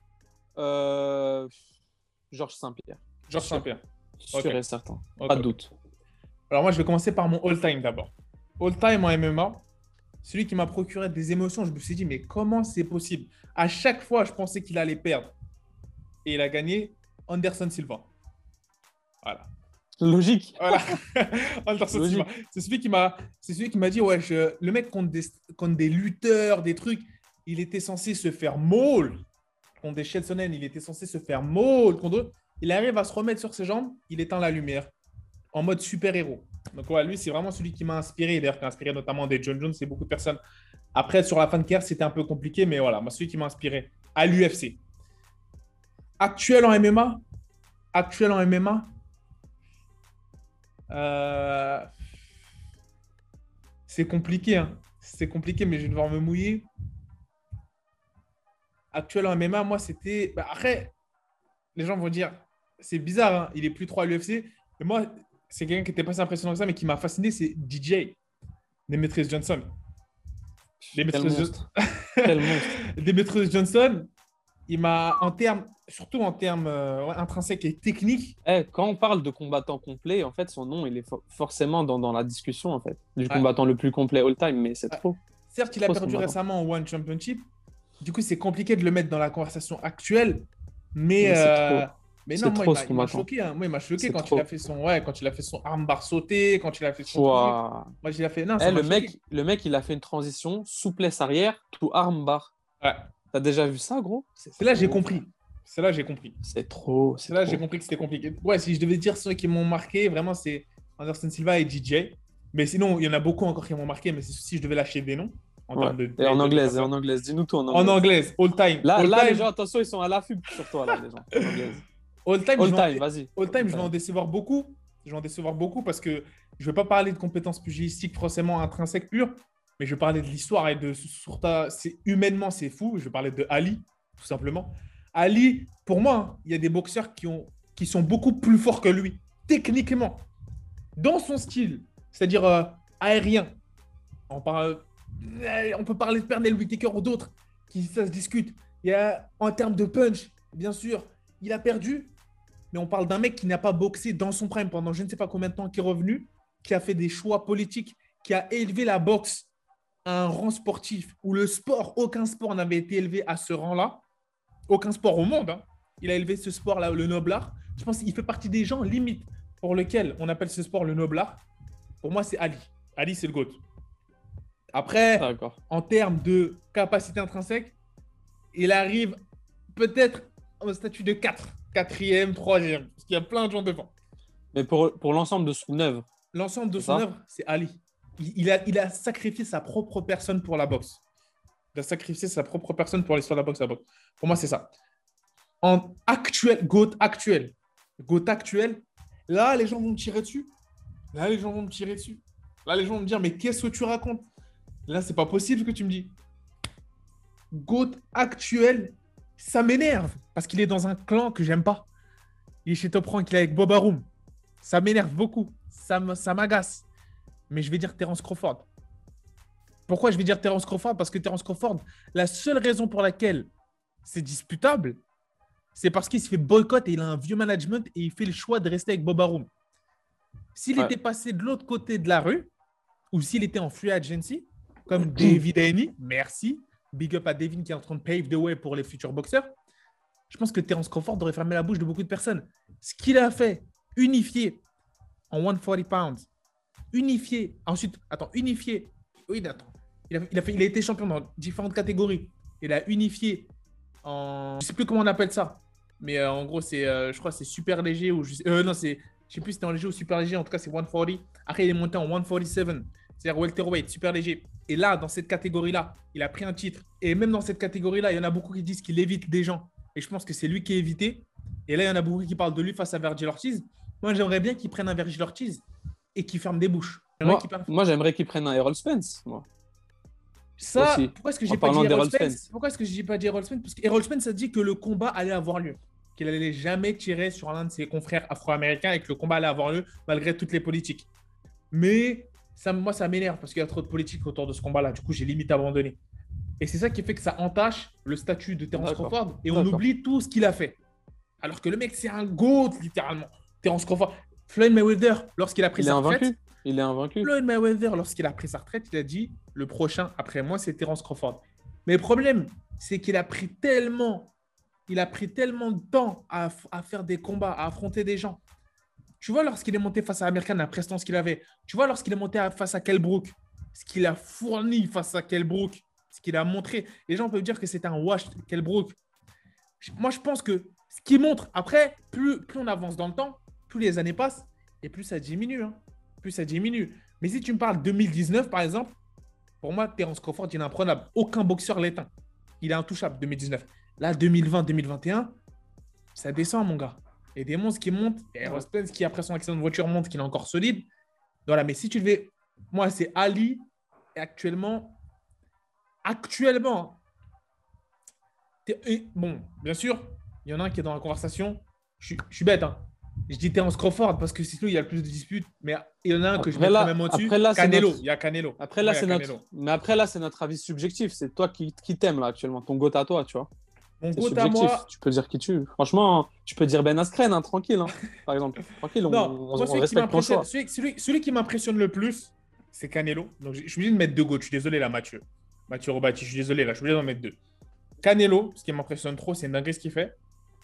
euh, Georges Saint-Pierre. Georges Sûr. Saint-Pierre. Sûr Ok. et certain. Ok, Pas de ok. doute. Alors, moi, je vais commencer par mon all time d'abord. All time en M M A, celui qui m'a procuré des émotions, je me suis dit, mais comment c'est possible? À chaque fois, je pensais qu'il allait perdre. Et il a gagné Anderson Silva. Voilà. Logique. Voilà. Anderson Logique. Silva. C'est celui qui m'a, c'est celui qui m'a dit, ouais, je- le mec contre des, contre des lutteurs, des trucs, il était censé se faire maul. Contre des Chelsonen, il était censé se faire maul. Contre eux, il arrive à se remettre sur ses jambes, il éteint la lumière en mode super-héros. Donc, ouais, lui, c'est vraiment celui qui m'a inspiré, d'ailleurs, qui a inspiré notamment des John Jones et beaucoup de personnes. Après, sur la fin de carrière, c'était un peu compliqué, mais voilà, moi, celui qui m'a inspiré à l'U F C. Actuel en M M A, actuel en M M A, euh... c'est compliqué, hein. C'est compliqué, mais je vais devoir me mouiller. Actuel en M M A, moi, c'était. Bah, après, les gens vont dire, c'est bizarre, hein, il est plus trop à l'U F C. Mais moi, c'est quelqu'un qui n'était pas si impressionnant que ça, mais qui m'a fasciné, c'est D J, Demetrius Johnson. Quel Demetrius, monstre. Quel monstre. Demetrius Johnson, il m'a, en termes, surtout en termes euh, ouais, intrinsèques et techniques, Eh, quand on parle de combattant complet, en fait, son nom, il est for- forcément dans, dans la discussion, en fait, du ouais, combattant le plus complet all-time, mais c'est ouais. trop. Certes, C'est il a trop ce perdu combattant. récemment au One Championship. Du coup, c'est compliqué de le mettre dans la conversation actuelle. Mais, Mais c'est euh, trop. mais non, C'est moi, il trop m'a, ce il m'a combattant. choqué. Hein. Moi, il m'a choqué C'est quand il a trop. fait son, ouais, quand il a fait son armbar sauté, quand il a fait son truc. Ouah. Moi, il a fait, non, ça Eh, m'a le choqué. mec, le mec, il a fait une transition, souplesse arrière, tout armbar. Ouais. T'as déjà vu ça, gros? C'est C'est là que j'ai trop, compris. frère. C'est là que j'ai compris. C'est trop, C'est c'est là que j'ai trop. compris que c'était compliqué. Ouais, si je devais dire ceux qui m'ont marqué, vraiment, c'est Anderson Silva et D J. Mais sinon, il y en a beaucoup encore qui m'ont marqué. Mais si je devais lâcher des noms en Ouais. termes de Et en de anglaise, et défenseurs. en anglaise. Dis-nous tout en En anglaise. anglaise, all time. Là, All là, les gens, time, attention, ils sont à l'affût sur toi, là, les gens, en anglaise. all time, je All vais en, time, vas-y. all time, All je vais en time. décevoir beaucoup. Je vais en décevoir beaucoup parce que je ne vais pas parler de compétences pugilistiques forcément intrinsèques pures, mais je vais parler de l'histoire et de sur ta, c'est humainement c'est fou. Je vais parler de Ali, tout simplement. Ali, pour moi, hein, il y a des boxeurs qui ont, qui sont beaucoup plus forts que lui, techniquement, dans son style, c'est-à-dire euh, aérien. On parle, euh, on peut parler de Pernell Whitaker ou d'autres qui ça se discute. Il y a en termes de punch, bien sûr, il a perdu. Mais on parle d'un mec qui n'a pas boxé dans son prime pendant je ne sais pas combien de temps, qui est revenu, qui a fait des choix politiques, qui a élevé la boxe à un rang sportif où le sport, aucun sport n'avait été élevé à ce rang-là. Aucun sport au monde. Hein. Il a élevé ce sport-là, le noble art. Je pense qu'il fait partie des gens, limite, pour lesquels on appelle ce sport le noble art. Pour moi, c'est Ali. Ali, c'est le GOAT. Après, D'accord. en termes de capacité intrinsèque, il arrive peut-être au statut de quatre. Quatrième, troisième, parce qu'il y a plein de gens devant. Mais pour, pour l'ensemble de son œuvre, L'ensemble de c'est son ça? œuvre, c'est Ali. Il, il a, il a sacrifié sa propre personne pour la boxe. Il a sacrifié sa propre personne pour l'histoire de la boxe. La boxe. Pour moi, c'est ça. En actuel, GOAT actuel, GOAT actuel, là, les gens vont me tirer dessus. Là, les gens vont me tirer dessus. Là, les gens vont me dire, mais qu'est-ce que tu racontes? Là, c'est pas possible que tu me dis. GOAT actuel, ça m'énerve parce qu'il est dans un clan que j'aime pas. Il est chez Top Rank, il est avec Bob Arum. Ça m'énerve beaucoup. Ça me- ça m'agace. Mais je vais dire Terence Crawford. Pourquoi je vais dire Terence Crawford? Parce que Terence Crawford, la seule raison pour laquelle c'est disputable, c'est parce qu'il se fait boycott et il a un vieux management et il fait le choix de rester avec Bob Arum. S'il Ouais. était passé de l'autre côté de la rue, ou s'il était en free agency, comme David Haney, merci, big up à Devin qui est en train de pave the way pour les futurs boxeurs, je pense que Terence Crawford aurait fermé la bouche de beaucoup de personnes. Ce qu'il a fait, unifié en cent quarante pounds, unifié, ensuite, attends, unifié, oui, attends, il a, il a fait, il a été champion dans différentes catégories. Il a unifié en, je sais plus comment on appelle ça, mais euh, en gros, c'est, euh, je crois, que c'est super léger ou je sais, euh, non, c'est, je sais plus si c'était en léger ou super léger. En tout cas, c'est cent quarante. Après, il est monté en cent quarante-sept, c'est-à-dire welterweight, super léger. Et là, dans cette catégorie-là, il a pris un titre. Et même dans cette catégorie-là, il y en a beaucoup qui disent qu'il évite des gens. Et je pense que c'est lui qui est évité. Et là, il y en a beaucoup qui parlent de lui face à Virgil Ortiz. Moi, j'aimerais bien qu'il prenne un Virgil Ortiz et qu'il ferme des bouches. J'aimerais Moi, qu'il prenne- moi j'aimerais qu'il prenne un Errol Spence. Moi. Ça, Aussi. pourquoi est-ce que En j'ai pas dit parlant Errol d'Errol Spence? Spence. Pourquoi est-ce que j'ai pas dit Errol Spence? Parce qu'Errol Spence a dit que le combat allait avoir lieu, qu'il allait jamais tirer sur l'un de ses confrères afro-américains et que le combat allait avoir lieu malgré toutes les politiques. Mais ça, moi, ça m'énerve parce qu'il y a trop de politique autour de ce combat-là. Du coup, j'ai limite abandonné. Et c'est ça qui fait que ça entache le statut de Terence D'accord. Crawford et on D'accord. oublie tout ce qu'il a fait. Alors que le mec, c'est un GOAT, littéralement. Terence Crawford. Floyd Mayweather, lorsqu'il a pris Il est sa retraite, invaincu. Il est invaincu. Floyd Mayweather, lorsqu'il a pris sa retraite, il a dit le prochain après moi, c'est Terence Crawford. Mais le problème, c'est qu'il a pris tellement, il a pris tellement de temps à, à faire des combats, à affronter des gens. Tu vois, lorsqu'il est monté face à American, la prestance qu'il avait. Tu vois, lorsqu'il est monté à- face à Kell Brook, ce qu'il a fourni face à Kell Brook, ce qu'il a montré. Les gens peuvent dire que c'est un wash, Kell Brook. Moi, je pense que ce qui montre, après, plus, plus on avance dans le temps, plus les années passent et plus ça diminue. Hein. Plus ça diminue. Mais si tu me parles deux mille dix-neuf, par exemple, pour moi, Terence Crawford, il est imprenable. Aucun boxeur l'éteint. Il est intouchable, deux mille dix-neuf. Là, deux mille vingt, deux mille vingt et un, ça descend, mon gars. Et des monstres qui montent. Et Errol Spence, qui après son accident de voiture, montre qu'il est encore solide. Voilà, mais si tu devais... Moi, c'est Ali. Et actuellement... Actuellement... Et, bon, bien sûr, il y en a un qui est dans la conversation. Je, suis- je suis bête, hein. Je dis Terence Crawford parce que c'est celui où il y a le plus de disputes. Mais il y en a un que je Après, mets là- quand même au-dessus. après, là, c'est Canelo. notre- Il y a Canelo. Après là, Ouais, il y c'est a notre. Canelo. Mais après là, c'est notre avis subjectif. C'est toi qui, qui t'aimes là actuellement, ton goût à toi, tu vois. Mon C'est goat à subjectif. moi, Tu peux dire qui tu. Franchement, tu peux dire Ben Askren, hein, tranquille, hein, par exemple. Tranquille, on, non, on- moi, on celui qui respecte ton m'impressionne, choix. celui, celui, celui qui m'impressionne le plus, c'est Canelo. Donc, je je suis obligé de mettre deux goats. Je suis désolé, là, Mathieu. Mathieu Robati, je suis désolé, là. Je suis obligé d'en mettre deux. Canelo, ce qui m'impressionne trop, c'est une dinguerie ce qu'il fait.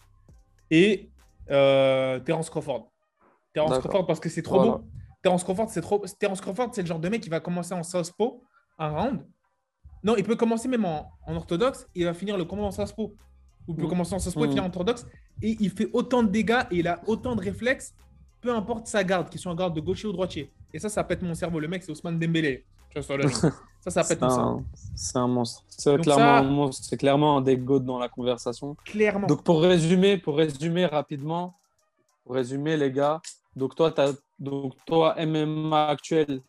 Et euh, Terence Crawford. Terence D'accord. Crawford, parce que c'est trop Voilà. beau. Terence Crawford, c'est trop... Terence Crawford, c'est le genre de mec qui va commencer en southpaw, un round. Non, il peut commencer même en, en orthodoxe et il va finir le combat en southpaw. Ou il peut Mm. commencer en southpaw et finir en Mm. orthodoxe. Et il fait autant de dégâts et il a autant de réflexes, peu importe sa garde, qu'il soit en garde de gaucher ou droitier. Et ça, ça pète mon cerveau. Le mec, c'est Ousmane Dembélé. Tu vois, sur le ring. Ça, ça pète C'est mon cerveau. un, c'est un monstre. C'est Donc clairement un ça, monstre. C'est clairement un des goats dans la conversation. clairement. Donc pour résumer, pour résumer rapidement, pour résumer les gars, donc toi, t'as, donc toi M M A actuel,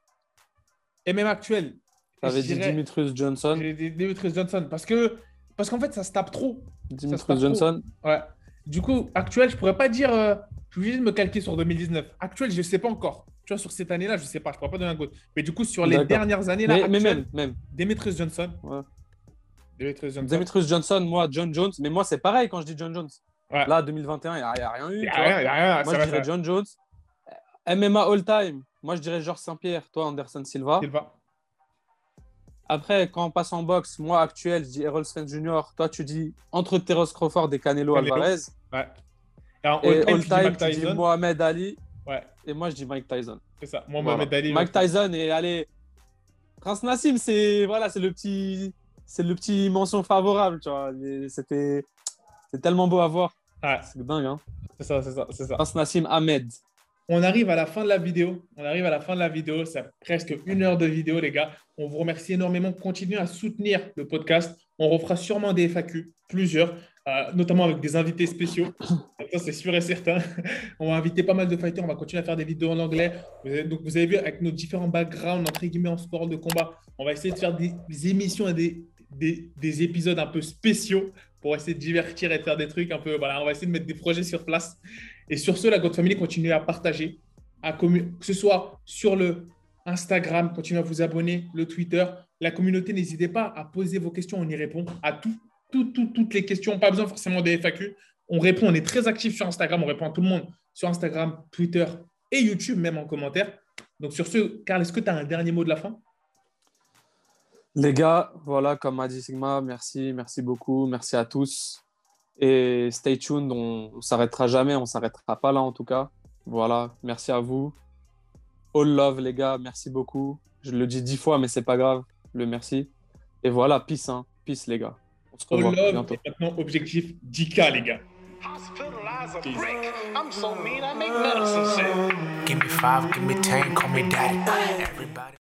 Et même actuel, tu je avais dit dirais, Dimitrius Johnson. j'ai des Demetrius Johnson. Parce que, parce qu'en fait, ça se tape trop. Ça se Dimitrius tape trop. Johnson. Ouais. Du coup, actuel, je pourrais pas dire. euh, je suis obligé de me calquer sur deux mille dix-neuf. Actuel, je sais pas encore. Tu vois, sur cette année-là, je sais pas. Je pourrais pas donner un goût. Mais du coup, sur les D'accord. dernières années, là, Mais, mais actuelles, même, même. Demetrius Johnson. Ouais. Demetrius Johnson. Demetrius Johnson, moi, John Jones. Mais moi, c'est pareil quand je dis John Jones. Ouais. Là, deux mille vingt et un, il n'y a, y a rien eu. Y a tu rien, vois. y a rien. Moi, ça je va, dirais ça- John Jones. M M A all-time, moi, je dirais Georges Saint-Pierre. Toi, Anderson Silva. Silva. Après, quand on passe en boxe, moi, actuel, je dis Errol Spence junior Toi, tu dis entre Terence Crawford et Canelo, Canelo. Alvarez. Ouais. Et en Et all-time, tu dis all-time, Mike tu dis Tyson. Mohamed Ali. Ouais, Et moi, je dis Mike Tyson. c'est ça. Moi, Voilà. Mohamed Ali. Mike Tyson et allez, Prince Nassim, c'est voilà, c'est le petit, c'est le petit mention favorable, tu vois. Et C'était, c'est tellement beau à voir. Ouais, C'est dingue, hein. c'est ça, c'est ça, c'est ça. Prince Nassim Ahmed. On arrive à la fin de la vidéo. On arrive à la fin de la vidéo. C'est presque une heure de vidéo, les gars. On vous remercie énormément. Continuez à soutenir le podcast. On refera sûrement des F A Q, plusieurs, euh, notamment avec des invités spéciaux. Ça, c'est sûr et certain. On va inviter pas mal de fighters. On va continuer à faire des vidéos en anglais. Vous avez, donc, vous avez vu, avec nos différents backgrounds, entre guillemets, en sport de combat, on va essayer de faire des, des émissions et des, des, des épisodes un peu spéciaux pour essayer de divertir et de faire des trucs un peu. Voilà, on va essayer de mettre des projets sur place. Et sur ce, la God Family, continuez à partager, à commu- que ce soit sur le Instagram, continuez à vous abonner, le Twitter. La communauté, n'hésitez pas à poser vos questions, on y répond à tout, tout, tout, toutes les questions. Pas besoin forcément des F A Q. On répond, on est très actif sur Instagram, on répond à tout le monde sur Instagram, Twitter et YouTube, même en commentaire. Donc sur ce, Karl, est-ce que tu as un dernier mot de la fin? Les gars, voilà, comme a dit Sigma, merci, merci beaucoup, merci à tous. Et stay tuned, on ne s'arrêtera jamais, on ne s'arrêtera pas là en tout cas. Voilà, merci à vous. All love, les gars, merci beaucoup. Je le dis dix fois, mais c'est pas grave, le merci. Et voilà, peace, hein. Peace, les gars. On se All revoit love bientôt. et maintenant objectif dix K, les gars. Hospitalize a brick. I'm so mean, I make medicine sick. Give me five, give me ten, call me daddy. Everybody.